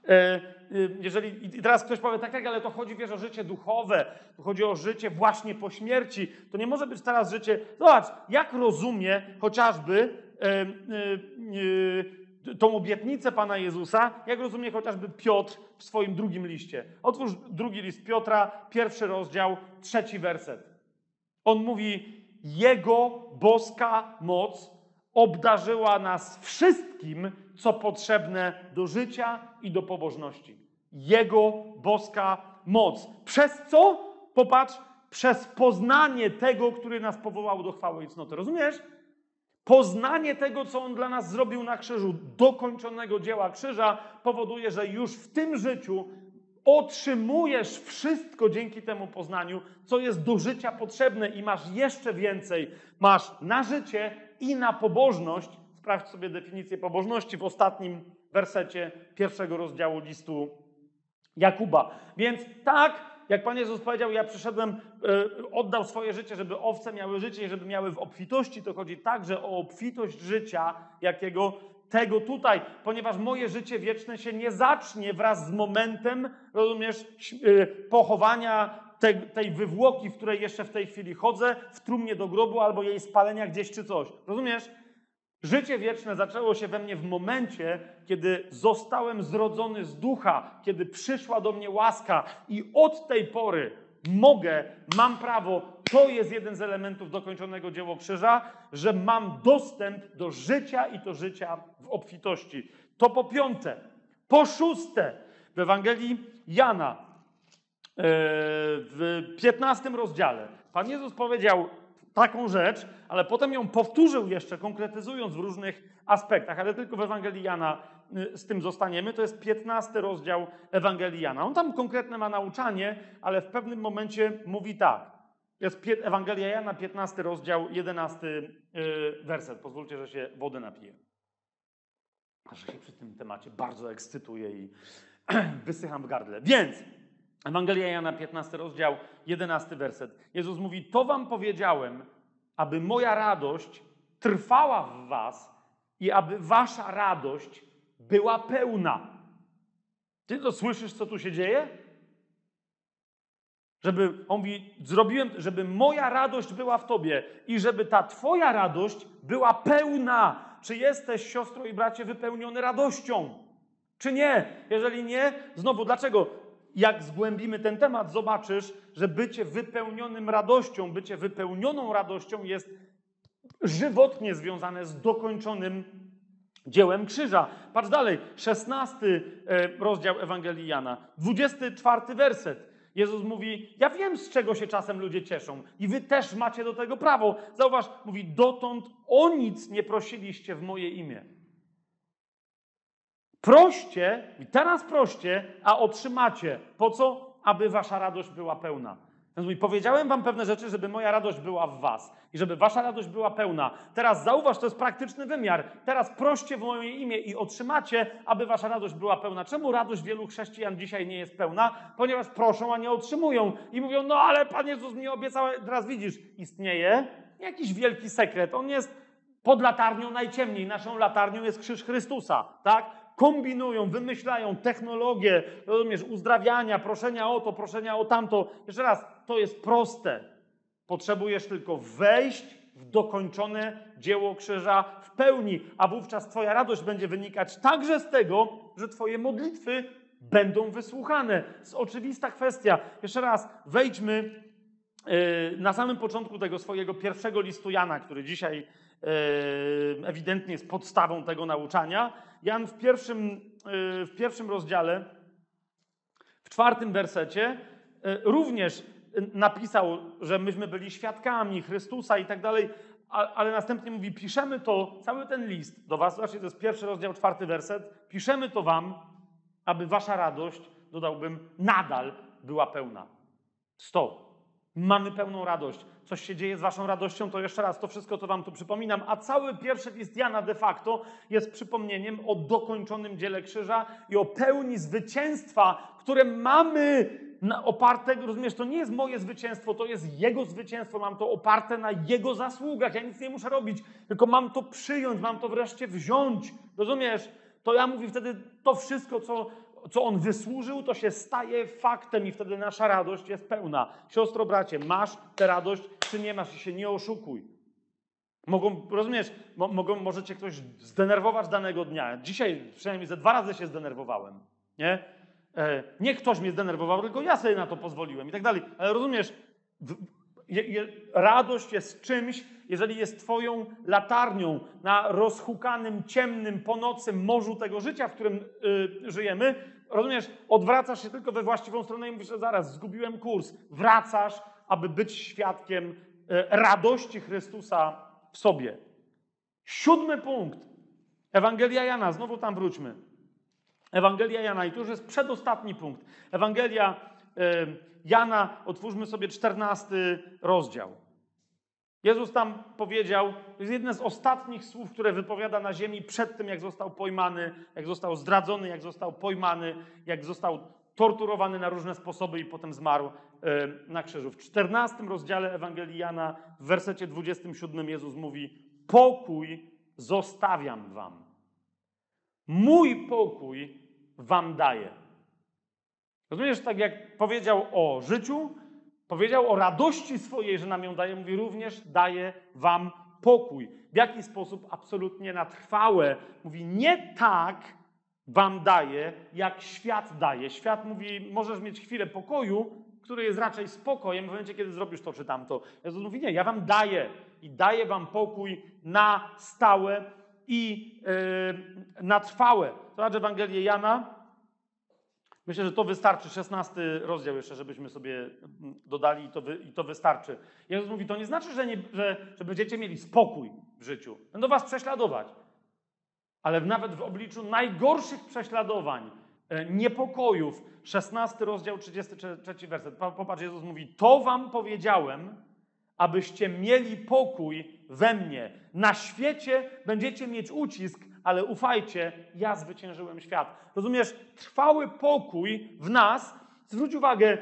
i teraz ktoś powie, tak, ale to chodzi, wiesz, o życie duchowe, to chodzi o życie właśnie po śmierci, to nie może być teraz życie, zobacz, jak rozumie chociażby tą obietnicę Pana Jezusa, jak rozumie chociażby Piotr w swoim drugim liście. Otwórz drugi list Piotra, 1 rozdział, 3 werset. On mówi, Jego boska moc obdarzyła nas wszystkim, co potrzebne do życia i do pobożności. Jego boska moc. Przez co? Popatrz, przez poznanie tego, który nas powołał do chwały i cnoty. Rozumiesz? Poznanie tego, co On dla nas zrobił na krzyżu, dokończonego dzieła krzyża, powoduje, że już w tym życiu otrzymujesz wszystko dzięki temu poznaniu, co jest do życia potrzebne i masz jeszcze więcej. Masz na życie i na pobożność. Sprawdź sobie definicję pobożności w ostatnim wersecie 1 rozdziału listu Jakuba. Więc tak, jak Pan Jezus powiedział, ja przyszedłem, oddał swoje życie, żeby owce miały życie i żeby miały w obfitości, to chodzi także o obfitość życia, jakiego tego tutaj, ponieważ moje życie wieczne się nie zacznie wraz z momentem, rozumiesz, pochowania tej wywłoki, w której jeszcze w tej chwili chodzę, w trumnie do grobu albo jej spalenia gdzieś czy coś. Rozumiesz? Życie wieczne zaczęło się we mnie w momencie, kiedy zostałem zrodzony z ducha, kiedy przyszła do mnie łaska i od tej pory mam prawo, to jest jeden z elementów dokończonego dzieła krzyża, że mam dostęp do życia i to życia w obfitości. To po piąte. Po szóste, w Ewangelii Jana, w 15 rozdziale, Pan Jezus powiedział taką rzecz, ale potem ją powtórzył jeszcze, konkretyzując w różnych aspektach, ale tylko w Ewangelii Jana z tym zostaniemy. To jest 15 rozdział Ewangelii Jana. On tam konkretne ma nauczanie, ale w pewnym momencie mówi tak. Jest Ewangelia Jana, 15 rozdział, 11 werset. Pozwólcie, że się wody napiję. Że się przy tym temacie bardzo ekscytuję i wysycham w gardle. Więc Ewangelia Jana, 15 rozdział, 11 werset. Jezus mówi, to wam powiedziałem, aby moja radość trwała w was i aby wasza radość była pełna. Ty to słyszysz, co tu się dzieje? On mówi, zrobiłem, żeby moja radość była w tobie i żeby ta twoja radość była pełna. Czy jesteś, siostro i bracie, wypełniony radością? Czy nie? Jeżeli nie, znowu, dlaczego? Jak zgłębimy ten temat, zobaczysz, że bycie wypełnionym radością, bycie wypełnioną radością jest żywotnie związane z dokończonym dziełem krzyża. Patrz dalej, 16 rozdział Ewangelii Jana, 24 werset. Jezus mówi, ja wiem, z czego się czasem ludzie cieszą i wy też macie do tego prawo. Zauważ, mówi, dotąd o nic nie prosiliście w moje imię. Proście, i teraz proście, a otrzymacie. Po co? Aby wasza radość była pełna. Więc mówi, powiedziałem wam pewne rzeczy, żeby moja radość była w was i żeby wasza radość była pełna. Teraz zauważ, to jest praktyczny wymiar. Teraz proście w moje imię i otrzymacie, aby wasza radość była pełna. Czemu radość wielu chrześcijan dzisiaj nie jest pełna? Ponieważ proszą, a nie otrzymują. I mówią, no ale Pan Jezus mi obiecał. Teraz widzisz, istnieje jakiś wielki sekret. On jest pod latarnią najciemniej. Naszą latarnią jest krzyż Chrystusa, tak? Kombinują, wymyślają technologie, rozumiesz, uzdrawiania, proszenia o to, proszenia o tamto. Jeszcze raz, to jest proste. Potrzebujesz tylko wejść w dokończone dzieło krzyża w pełni, a wówczas twoja radość będzie wynikać także z tego, że twoje modlitwy będą wysłuchane. To jest oczywista kwestia. Jeszcze raz, wejdźmy na samym początku tego swojego pierwszego listu Jana, który dzisiaj ewidentnie jest podstawą tego nauczania. Jan w pierwszym rozdziale, w 4 wersecie również napisał, że myśmy byli świadkami Chrystusa i tak dalej, ale następnie mówi, piszemy to, cały ten list do was, zobaczcie, to jest 1 rozdział, 4 werset, piszemy to wam, aby wasza radość, dodałbym, nadal była pełna. Stop. Mamy pełną radość. Coś się dzieje z waszą radością, to jeszcze raz to wszystko, co wam tu przypominam. A cały pierwszy list Jana de facto jest przypomnieniem o dokończonym dziele krzyża i o pełni zwycięstwa, które mamy oparte, rozumiesz, to nie jest moje zwycięstwo, to jest Jego zwycięstwo. Mam to oparte na Jego zasługach. Ja nic nie muszę robić, tylko mam to przyjąć, mam to wreszcie wziąć. Rozumiesz? To ja mówię wtedy, to wszystko, co On wysłużył, to się staje faktem i wtedy nasza radość jest pełna. Siostro, bracie, masz tę radość, czy nie masz i się nie oszukuj. Rozumiesz, może cię ktoś zdenerwować danego dnia. Dzisiaj przynajmniej ze 2 razy się zdenerwowałem. Nie? Nie ktoś mnie zdenerwował, tylko ja sobie na to pozwoliłem i tak dalej. Ale rozumiesz, radość jest czymś, jeżeli jest twoją latarnią na rozhukanym, ciemnym, po nocy morzu tego życia, w którym żyjemy. Rozumiesz, odwracasz się tylko we właściwą stronę i mówisz, że zaraz, zgubiłem kurs. Wracasz, aby być świadkiem radości Chrystusa w sobie. 7 punkt. Ewangelia Jana, znowu tam wróćmy. Ewangelia Jana i to już jest przedostatni punkt. Ewangelia Jana, otwórzmy sobie 14 rozdział. Jezus tam powiedział, to jest jedne z ostatnich słów, które wypowiada na ziemi przed tym, jak został pojmany, jak został zdradzony, jak został pojmany, jak został torturowany na różne sposoby i potem zmarł na krzyżu. W 14 rozdziale Ewangelii Jana, w wersecie 27 Jezus mówi, pokój zostawiam wam. Mój pokój wam daję. Rozumiesz, tak jak powiedział o życiu, powiedział o radości swojej, że nam ją daje, mówi również daje wam pokój. W jaki sposób? Absolutnie na trwałe. Mówi nie tak wam daje, jak świat daje. Świat mówi, możesz mieć chwilę pokoju, który jest raczej spokojem w momencie, kiedy zrobisz to czy tamto. Jezus mówi nie, ja wam daję i daję wam pokój na stałe i na trwałe. Zobacz Ewangelię Jana. Myślę, że to wystarczy, 16 rozdział jeszcze, żebyśmy sobie dodali i to wystarczy. Jezus mówi, to nie znaczy, że będziecie mieli spokój w życiu. Będą was prześladować. Ale nawet w obliczu najgorszych prześladowań, niepokojów, 16 rozdział, 33 werset. Popatrz, Jezus mówi, to wam powiedziałem, abyście mieli pokój we mnie. Na świecie będziecie mieć ucisk, ale ufajcie, ja zwyciężyłem świat. Rozumiesz? Trwały pokój w nas. Zwróć uwagę,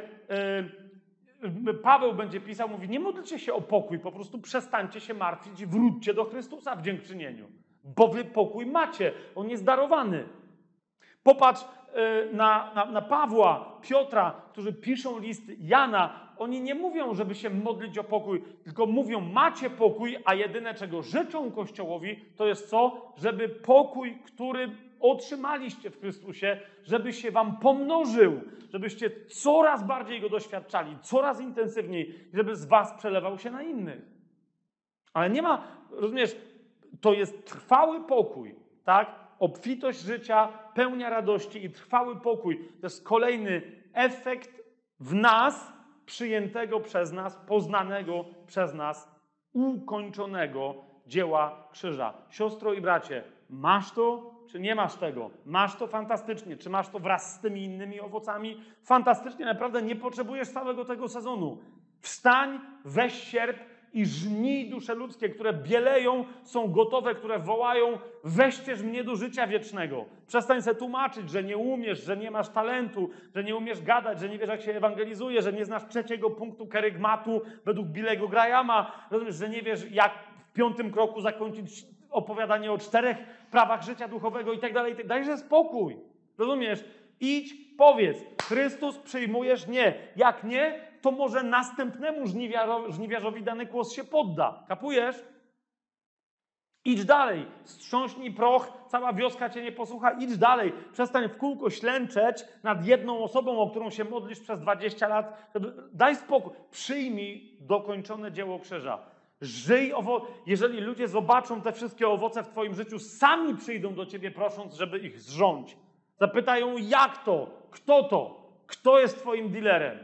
Paweł będzie pisał, mówi, nie módlcie się o pokój, po prostu przestańcie się martwić i wróćcie do Chrystusa w dziękczynieniu. Bo wy pokój macie, on jest darowany. Popatrz na Pawła, Piotra, którzy piszą list Jana. Oni nie mówią, żeby się modlić o pokój, tylko mówią, macie pokój, a jedyne, czego życzą Kościołowi, to jest co? Żeby pokój, który otrzymaliście w Chrystusie, żeby się wam pomnożył, żebyście coraz bardziej go doświadczali, coraz intensywniej, żeby z was przelewał się na innych. Ale nie ma, rozumiesz, to jest trwały pokój, tak? Obfitość życia, pełnia radości i trwały pokój. To jest kolejny efekt w nas, przyjętego przez nas, poznanego przez nas, ukończonego dzieła krzyża. Siostro i bracie, masz to, czy nie masz tego? Masz to fantastycznie. Czy masz to wraz z tymi innymi owocami? Fantastycznie, naprawdę nie potrzebujesz całego tego sezonu. Wstań, weź sierp i żnij dusze ludzkie, które bieleją, są gotowe, które wołają, weźcież mnie do życia wiecznego. Przestań sobie tłumaczyć, że nie umiesz, że nie masz talentu, że nie umiesz gadać, że nie wiesz, jak się ewangelizuje, że nie znasz trzeciego punktu kerygmatu według Billego Grahama, rozumiesz, że nie wiesz, jak w 5. kroku zakończyć opowiadanie o 4 prawach życia duchowego i tak dalej. Dajże spokój, rozumiesz? Idź, powiedz, Chrystus przyjmujesz? Nie. Jak nie, to może następnemu żniwiarzowi dany głos się podda. Kapujesz? Idź dalej. Strząśnij proch, cała wioska cię nie posłucha. Idź dalej. Przestań w kółko ślęczeć nad jedną osobą, o którą się modlisz przez 20 lat. Daj spokój. Przyjmij dokończone dzieło krzyża. Żyj jeżeli ludzie zobaczą te wszystkie owoce w twoim życiu, sami przyjdą do ciebie prosząc, żeby ich zrządzić. Zapytają, jak to? Kto to? Kto jest twoim dealerem?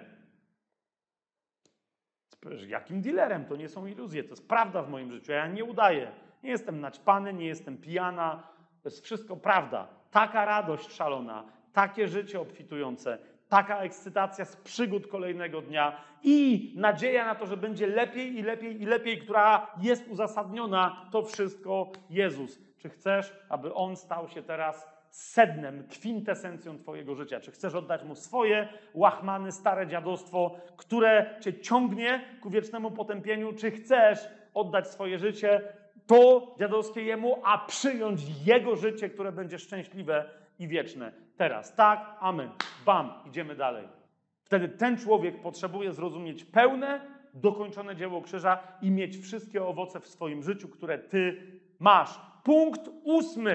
Jakim dealerem? To nie są iluzje, to jest prawda w moim życiu. Ja nie udaję. Nie jestem naćpany, nie jestem pijana. To jest wszystko prawda. Taka radość szalona, takie życie obfitujące, taka ekscytacja z przygód kolejnego dnia i nadzieja na to, że będzie lepiej i lepiej i lepiej, która jest uzasadniona. To wszystko Jezus. Czy chcesz, aby On stał się teraz sednem, kwintesencją twojego życia? Czy chcesz oddać Mu swoje łachmany, stare dziadostwo, które cię ciągnie ku wiecznemu potępieniu? Czy chcesz oddać swoje życie, to dziadowskie Jemu, a przyjąć Jego życie, które będzie szczęśliwe i wieczne? Teraz. Tak? Amen. Bam. Idziemy dalej. Wtedy ten człowiek potrzebuje zrozumieć pełne, dokończone dzieło krzyża i mieć wszystkie owoce w swoim życiu, które ty masz. Punkt 8.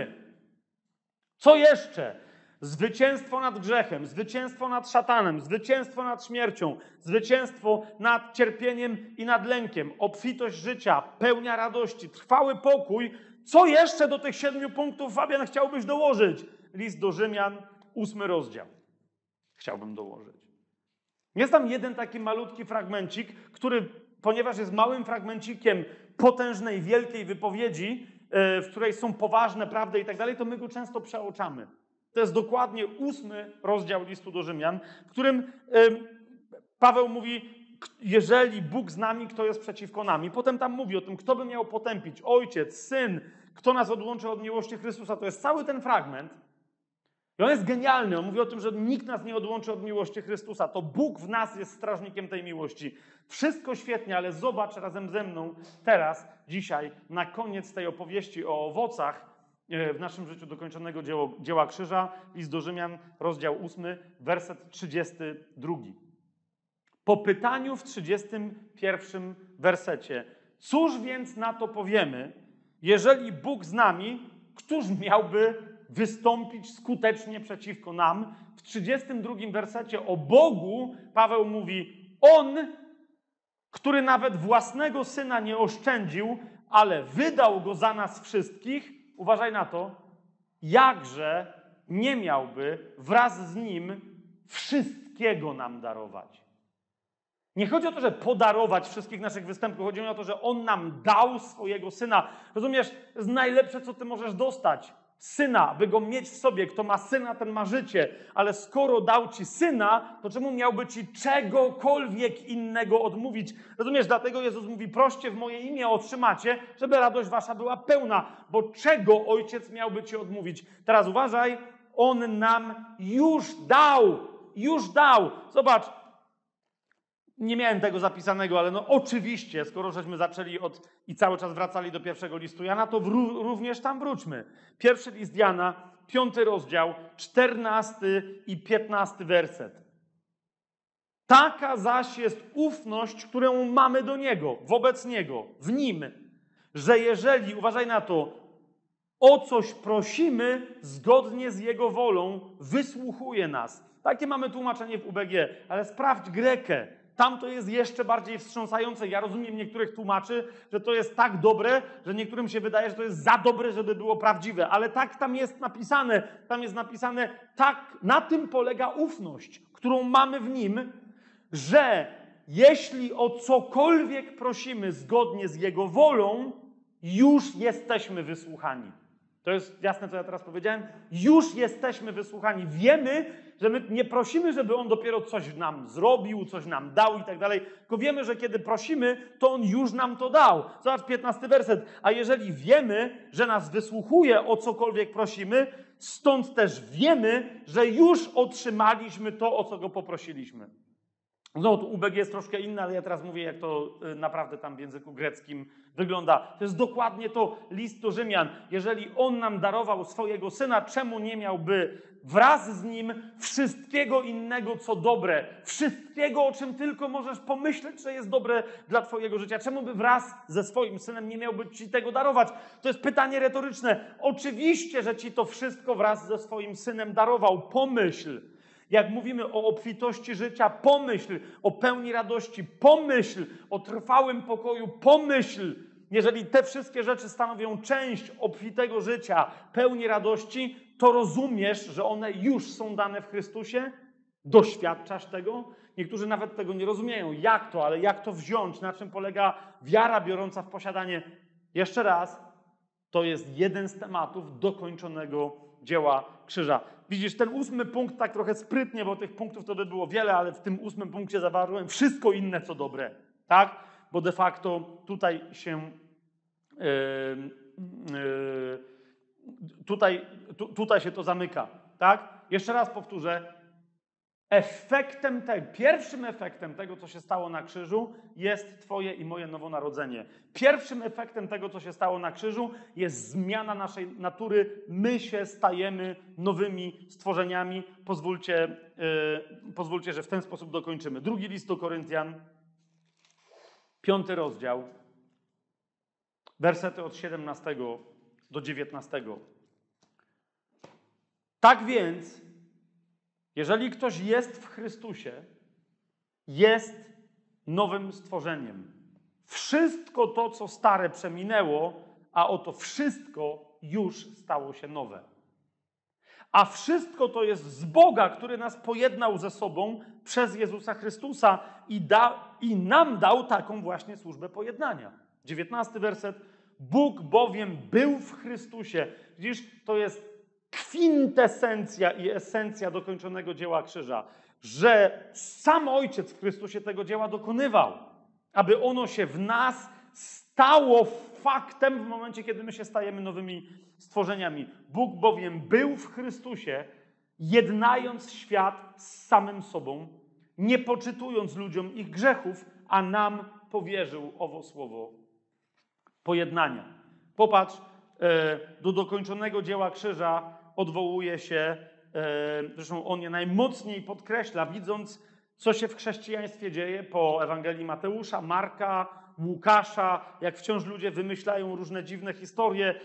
Co jeszcze? Zwycięstwo nad grzechem, zwycięstwo nad szatanem, zwycięstwo nad śmiercią, zwycięstwo nad cierpieniem i nad lękiem, obfitość życia, pełnia radości, trwały pokój. Co jeszcze do tych 7 punktów, Fabian, chciałbyś dołożyć? List do Rzymian, 8 rozdział. Chciałbym dołożyć. Jest tam jeden taki malutki fragmencik, który, ponieważ jest małym fragmencikiem potężnej, wielkiej wypowiedzi, w której są poważne prawdy i tak dalej, to my go często przeoczamy. To jest dokładnie 8 rozdział listu do Rzymian, w którym Paweł mówi, jeżeli Bóg z nami, kto jest przeciwko nami. Potem tam mówi o tym, kto by miał potępić. Ojciec, Syn, kto nas odłączy od miłości Chrystusa. To jest cały ten fragment. I on jest genialny. On mówi o tym, że nikt nas nie odłączy od miłości Chrystusa. To Bóg w nas jest strażnikiem tej miłości. Wszystko świetnie, ale zobacz razem ze mną teraz, dzisiaj, na koniec tej opowieści o owocach w naszym życiu dokończonego dzieła krzyża, list do Rzymian, rozdział 8, werset 32. Po pytaniu w 31 wersecie, cóż więc na to powiemy, jeżeli Bóg z nami, któż miałby wystąpić skutecznie przeciwko nam? W 32 wersecie o Bogu Paweł mówi, On, który nawet własnego Syna nie oszczędził, ale wydał Go za nas wszystkich, uważaj na to, jakże nie miałby wraz z Nim wszystkiego nam darować. Nie chodzi o to, że podarować wszystkich naszych występków. Chodzi o to, że On nam dał swojego Syna. Rozumiesz? To jest najlepsze, co ty możesz dostać. Syna, by go mieć w sobie. Kto ma Syna, ten ma życie. Ale skoro dał ci Syna, to czemu miałby ci czegokolwiek innego odmówić? Rozumiesz? Dlatego Jezus mówi, proście w moje imię, otrzymacie, żeby radość wasza była pełna. Bo czego Ojciec miałby ci odmówić? Teraz uważaj, On nam już dał. Już dał. Zobacz. Nie miałem tego zapisanego, ale no oczywiście, skoro żeśmy zaczęli i cały czas wracali do pierwszego listu Jana, to również tam wróćmy. Pierwszy list Jana, 5 rozdział, 14 i 15 werset. Taka zaś jest ufność, którą mamy do Niego, wobec Niego, w Nim, że jeżeli, uważaj na to, o coś prosimy, zgodnie z Jego wolą, wysłuchuje nas. Takie mamy tłumaczenie w UBG, ale sprawdź Grekę. Tam to jest jeszcze bardziej wstrząsające. Ja rozumiem niektórych tłumaczy, że to jest tak dobre, że niektórym się wydaje, że to jest za dobre, żeby było prawdziwe. Ale tak tam jest napisane. Tam jest napisane, tak, na tym polega ufność, którą mamy w Nim, że jeśli o cokolwiek prosimy zgodnie z Jego wolą, już jesteśmy wysłuchani. To jest jasne, co ja teraz powiedziałem? Już jesteśmy wysłuchani. Wiemy, że my nie prosimy, żeby On dopiero coś nam zrobił, coś nam dał i tak dalej, tylko wiemy, że kiedy prosimy, to On już nam to dał. Zobacz 15 werset. A jeżeli wiemy, że nas wysłuchuje, o cokolwiek prosimy, stąd też wiemy, że już otrzymaliśmy to, o co Go poprosiliśmy. Znowu, tu UBG jest troszkę inne, ale ja teraz mówię, jak to naprawdę tam w języku greckim wygląda. To jest dokładnie to list do Rzymian. Jeżeli On nam darował swojego Syna, czemu nie miałby wraz z Nim wszystkiego innego, co dobre? Wszystkiego, o czym tylko możesz pomyśleć, że jest dobre dla twojego życia. Czemu by wraz ze swoim Synem nie miałby ci tego darować? To jest pytanie retoryczne. Oczywiście, że ci to wszystko wraz ze swoim Synem darował. Pomyśl. Jak mówimy o obfitości życia, pomyśl o pełni radości, pomyśl o trwałym pokoju, pomyśl. Jeżeli te wszystkie rzeczy stanowią część obfitego życia, pełni radości, to rozumiesz, że one już są dane w Chrystusie? Doświadczasz tego? Niektórzy nawet tego nie rozumieją. Jak to? Ale jak to wziąć? Na czym polega wiara biorąca w posiadanie? Jeszcze raz, to jest jeden z tematów dokończonego dzieła krzyża. Widzisz, ten 8 punkt tak trochę sprytnie, bo tych punktów to by było wiele, ale w tym 8 punkcie zawarłem wszystko inne, co dobre. Tak? Bo de facto tutaj się tutaj się to zamyka. Tak? Jeszcze raz powtórzę. Pierwszym efektem tego, co się stało na krzyżu, jest twoje i moje nowonarodzenie. Pierwszym efektem tego, co się stało na krzyżu, jest zmiana naszej natury. My się stajemy nowymi stworzeniami. Pozwólcie, że w ten sposób dokończymy. Drugi list do Koryntian, 5 rozdział, wersety od 17 do 19. Tak więc, jeżeli ktoś jest w Chrystusie, jest nowym stworzeniem. Wszystko to, co stare, przeminęło, a oto wszystko już stało się nowe. A wszystko to jest z Boga, który nas pojednał ze sobą przez Jezusa Chrystusa i nam dał taką właśnie służbę pojednania. 19 werset. Bóg bowiem był w Chrystusie. Widzisz, to jest kwintesencja i esencja dokończonego dzieła krzyża, że sam Ojciec w Chrystusie tego dzieła dokonywał, aby ono się w nas stało faktem w momencie, kiedy my się stajemy nowymi stworzeniami. Bóg bowiem był w Chrystusie, jednając świat z samym sobą, nie poczytując ludziom ich grzechów, a nam powierzył owo słowo pojednania. Popatrz, do dokończonego dzieła krzyża odwołuje się, zresztą on je najmocniej podkreśla, widząc, co się w chrześcijaństwie dzieje po Ewangelii Mateusza, Marka, Łukasza, jak wciąż ludzie wymyślają różne dziwne historie,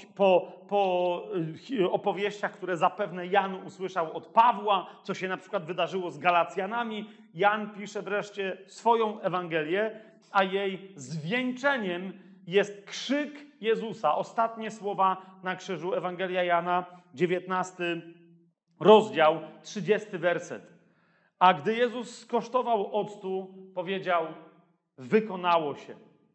po opowieściach, które zapewne Jan usłyszał od Pawła, co się na przykład wydarzyło z Galacjanami. Jan pisze wreszcie swoją Ewangelię, a jej zwieńczeniem jest krzyk Jezusa. Ostatnie słowa na krzyżu, Ewangelia Jana, 19 rozdział, 30 werset. A gdy Jezus skosztował octu, powiedział: wykonało się.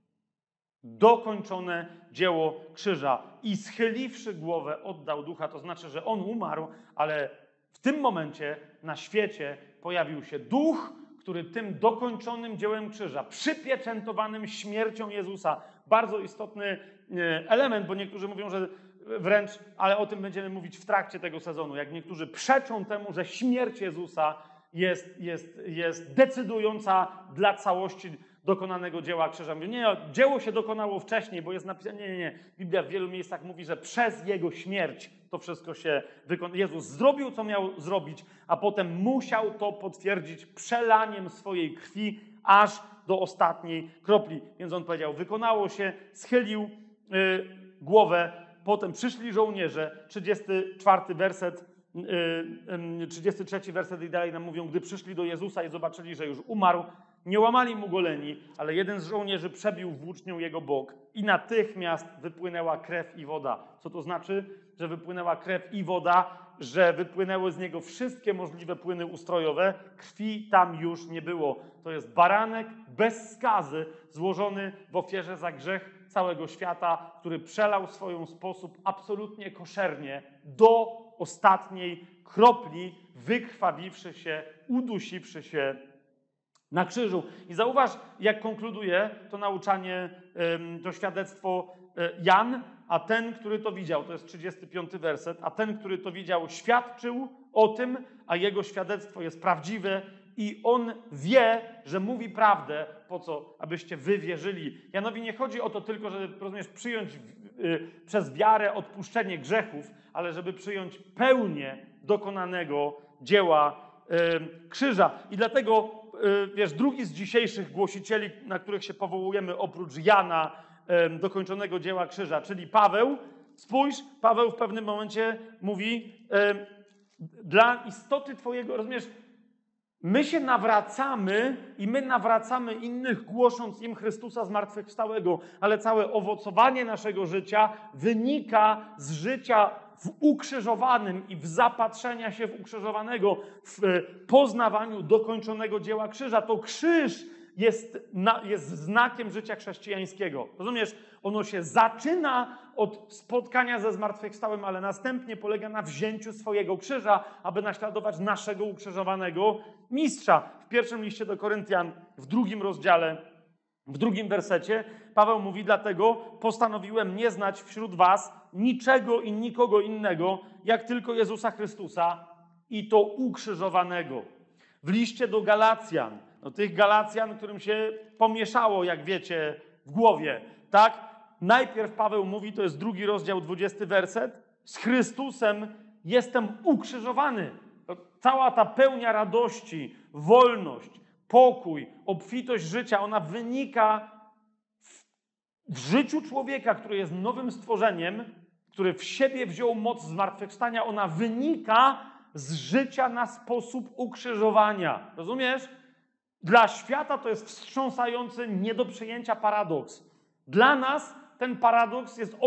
Dokończone dzieło krzyża. I schyliwszy głowę, oddał ducha. To znaczy, że on umarł, ale w tym momencie na świecie pojawił się duch, który tym dokończonym dziełem krzyża, przypieczętowanym śmiercią Jezusa, bardzo istotny element, bo niektórzy mówią, że wręcz, ale o tym będziemy mówić w trakcie tego sezonu, jak niektórzy przeczą temu, że śmierć Jezusa jest decydująca dla całości dokonanego dzieła krzyża. Mówię, nie, dzieło się dokonało wcześniej, bo jest napisane, nie. Biblia w wielu miejscach mówi, że przez Jego śmierć to wszystko się wykonało. Jezus zrobił, co miał zrobić, a potem musiał to potwierdzić przelaniem swojej krwi aż do ostatniej kropli. Więc on powiedział, wykonało się, schylił głowę, potem przyszli żołnierze, 34 werset, 33 werset i dalej nam mówią, gdy przyszli do Jezusa i zobaczyli, że już umarł, nie łamali mu goleni, ale jeden z żołnierzy przebił włócznią jego bok i natychmiast wypłynęła krew i woda. Co to znaczy, że wypłynęła krew i woda? Że wypłynęły z niego wszystkie możliwe płyny ustrojowe. Krwi tam już nie było. To jest baranek bez skazy, złożony w ofierze za grzech całego świata, który przelał swoją sposób absolutnie koszernie do ostatniej kropli, wykrwawiwszy się, udusiwszy się na krzyżu. I zauważ, jak konkluduje to nauczanie, to świadectwo Jan, a ten, który to widział, to jest 35 werset, a ten, który to widział, świadczył o tym, a jego świadectwo jest prawdziwe i on wie, że mówi prawdę, po co? Abyście wy wierzyli. Janowi nie chodzi o to tylko, żeby, rozumiesz, przyjąć przez wiarę odpuszczenie grzechów, ale żeby przyjąć pełnię dokonanego dzieła krzyża. I dlatego, wiesz, drugi z dzisiejszych głosicieli, na których się powołujemy oprócz Jana, dokończonego dzieła krzyża, czyli Paweł. Spójrz, Paweł w pewnym momencie mówi, dla istoty twojego, rozumiesz, my się nawracamy i my nawracamy innych, głosząc im Chrystusa zmartwychwstałego, ale całe owocowanie naszego życia wynika z życia w ukrzyżowanym i w zapatrzenia się w ukrzyżowanego, w poznawaniu dokończonego dzieła krzyża. To krzyż jest znakiem życia chrześcijańskiego. Rozumiesz? Ono się zaczyna od spotkania ze zmartwychwstałym, ale następnie polega na wzięciu swojego krzyża, aby naśladować naszego ukrzyżowanego mistrza. W pierwszym liście do Koryntian, w 2 rozdziale, w 2 wersecie, Paweł mówi, dlatego postanowiłem nie znać wśród was niczego i nikogo innego, jak tylko Jezusa Chrystusa i to ukrzyżowanego. W liście do Galacjan, do tych Galacjan, którym się pomieszało, jak wiecie, w głowie, tak? Najpierw Paweł mówi, to jest 2 rozdział, 20 werset, z Chrystusem jestem ukrzyżowany. To cała ta pełnia radości, wolność, pokój, obfitość życia, ona wynika w życiu człowieka, który jest nowym stworzeniem, który w siebie wziął moc zmartwychwstania, ona wynika z życia na sposób ukrzyżowania. Rozumiesz? Dla świata to jest wstrząsający, nie do przyjęcia paradoks. Dla nas ten paradoks jest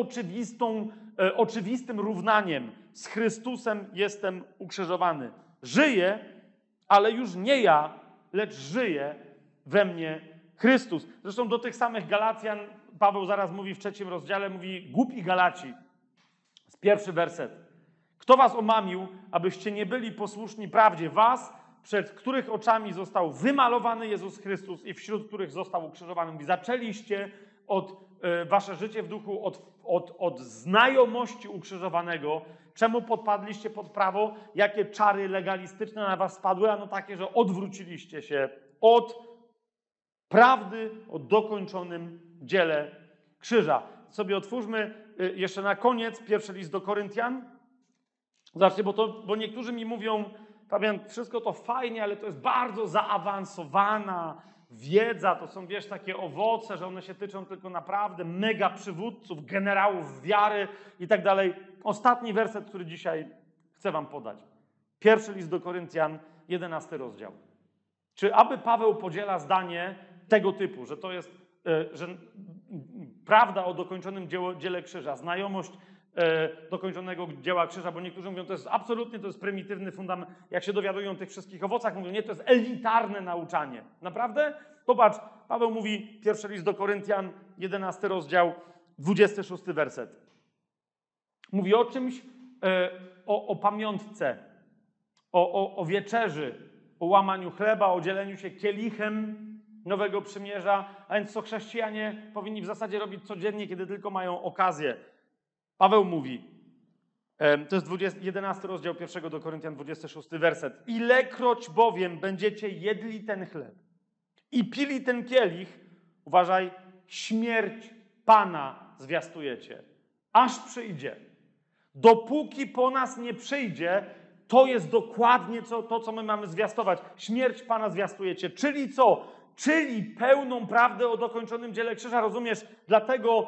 oczywistym równaniem. Z Chrystusem jestem ukrzyżowany. Żyję, ale już nie ja, lecz żyje we mnie Chrystus. Zresztą do tych samych Galacjan Paweł zaraz mówi w 3 rozdziale, mówi głupi Galaci. Z 1 werset. Kto was omamił, abyście nie byli posłuszni prawdzie? Was, przed których oczami został wymalowany Jezus Chrystus i wśród których został ukrzyżowany. Mówi, zaczęliście wasze życie w duchu od znajomości ukrzyżowanego. Czemu podpadliście pod prawo? Jakie czary legalistyczne na was spadły? Ano takie, że odwróciliście się od prawdy o dokończonym dziele krzyża. Sobie otwórzmy jeszcze na koniec 1 list do Koryntian. Zobaczcie, bo niektórzy mi mówią, Fabian, wszystko to fajnie, ale to jest bardzo zaawansowana wiedza, to są, wiesz, takie owoce, że one się tyczą tylko naprawdę mega przywódców, generałów wiary i tak dalej. Ostatni werset, który dzisiaj chcę wam podać. 1 list do Koryntian, 11 rozdział. Czy aby Paweł podziela zdanie tego typu, że to jest, że prawda o dokończonym dziele krzyża, znajomość dokończonego dzieła krzyża, bo niektórzy mówią, to jest prymitywny fundament. Jak się dowiadują o tych wszystkich owocach, mówią, nie, to jest elitarne nauczanie. Naprawdę? Popatrz, Paweł mówi, 1 list do Koryntian, 11 rozdział, 26 werset. Mówi o czymś, o pamiątce, o wieczerzy, o łamaniu chleba, o dzieleniu się kielichem nowego przymierza, a więc co chrześcijanie powinni w zasadzie robić codziennie, kiedy tylko mają okazję. Paweł mówi, to jest 11 rozdział 1 do Koryntian, 26 werset. Ilekroć bowiem będziecie jedli ten chleb i pili ten kielich, uważaj, śmierć Pana zwiastujecie, aż przyjdzie. Dopóki po nas nie przyjdzie, to jest dokładnie to, co my mamy zwiastować. Śmierć Pana zwiastujecie. Czyli co? Czyli pełną prawdę o dokończonym dziele krzyża, rozumiesz? Dlatego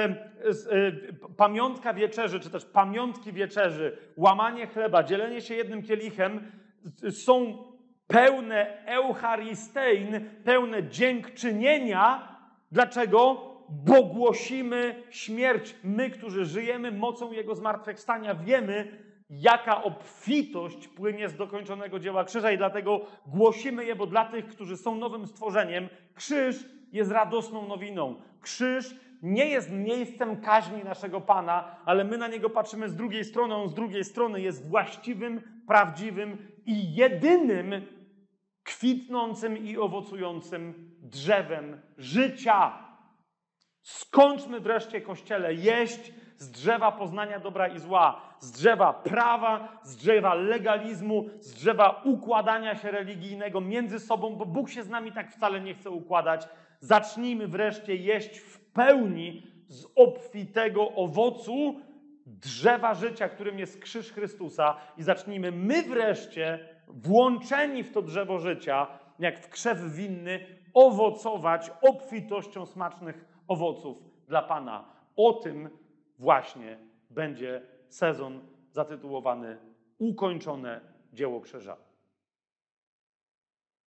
pamiątka wieczerzy, czy też pamiątki wieczerzy, łamanie chleba, dzielenie się jednym kielichem są pełne eucharistein, pełne dziękczynienia. Dlaczego? Bo głosimy śmierć. My, którzy żyjemy mocą Jego zmartwychwstania, wiemy, jaka obfitość płynie z dokończonego dzieła krzyża i dlatego głosimy je, bo dla tych, którzy są nowym stworzeniem, krzyż jest radosną nowiną. Krzyż nie jest miejscem kaźni naszego Pana, ale my na Niego patrzymy z drugiej strony. On z drugiej strony jest właściwym, prawdziwym i jedynym kwitnącym i owocującym drzewem życia. Skończmy wreszcie, Kościele, jeść z drzewa poznania dobra i zła, z drzewa prawa, z drzewa legalizmu, z drzewa układania się religijnego między sobą, bo Bóg się z nami tak wcale nie chce układać. Zacznijmy wreszcie jeść w pełni z obfitego owocu drzewa życia, którym jest krzyż Chrystusa, i zacznijmy my wreszcie, włączeni w to drzewo życia, jak w krzew winny, owocować obfitością smacznych owoców dla Pana. O tym właśnie będzie sezon zatytułowany Ukończone dzieło krzyża.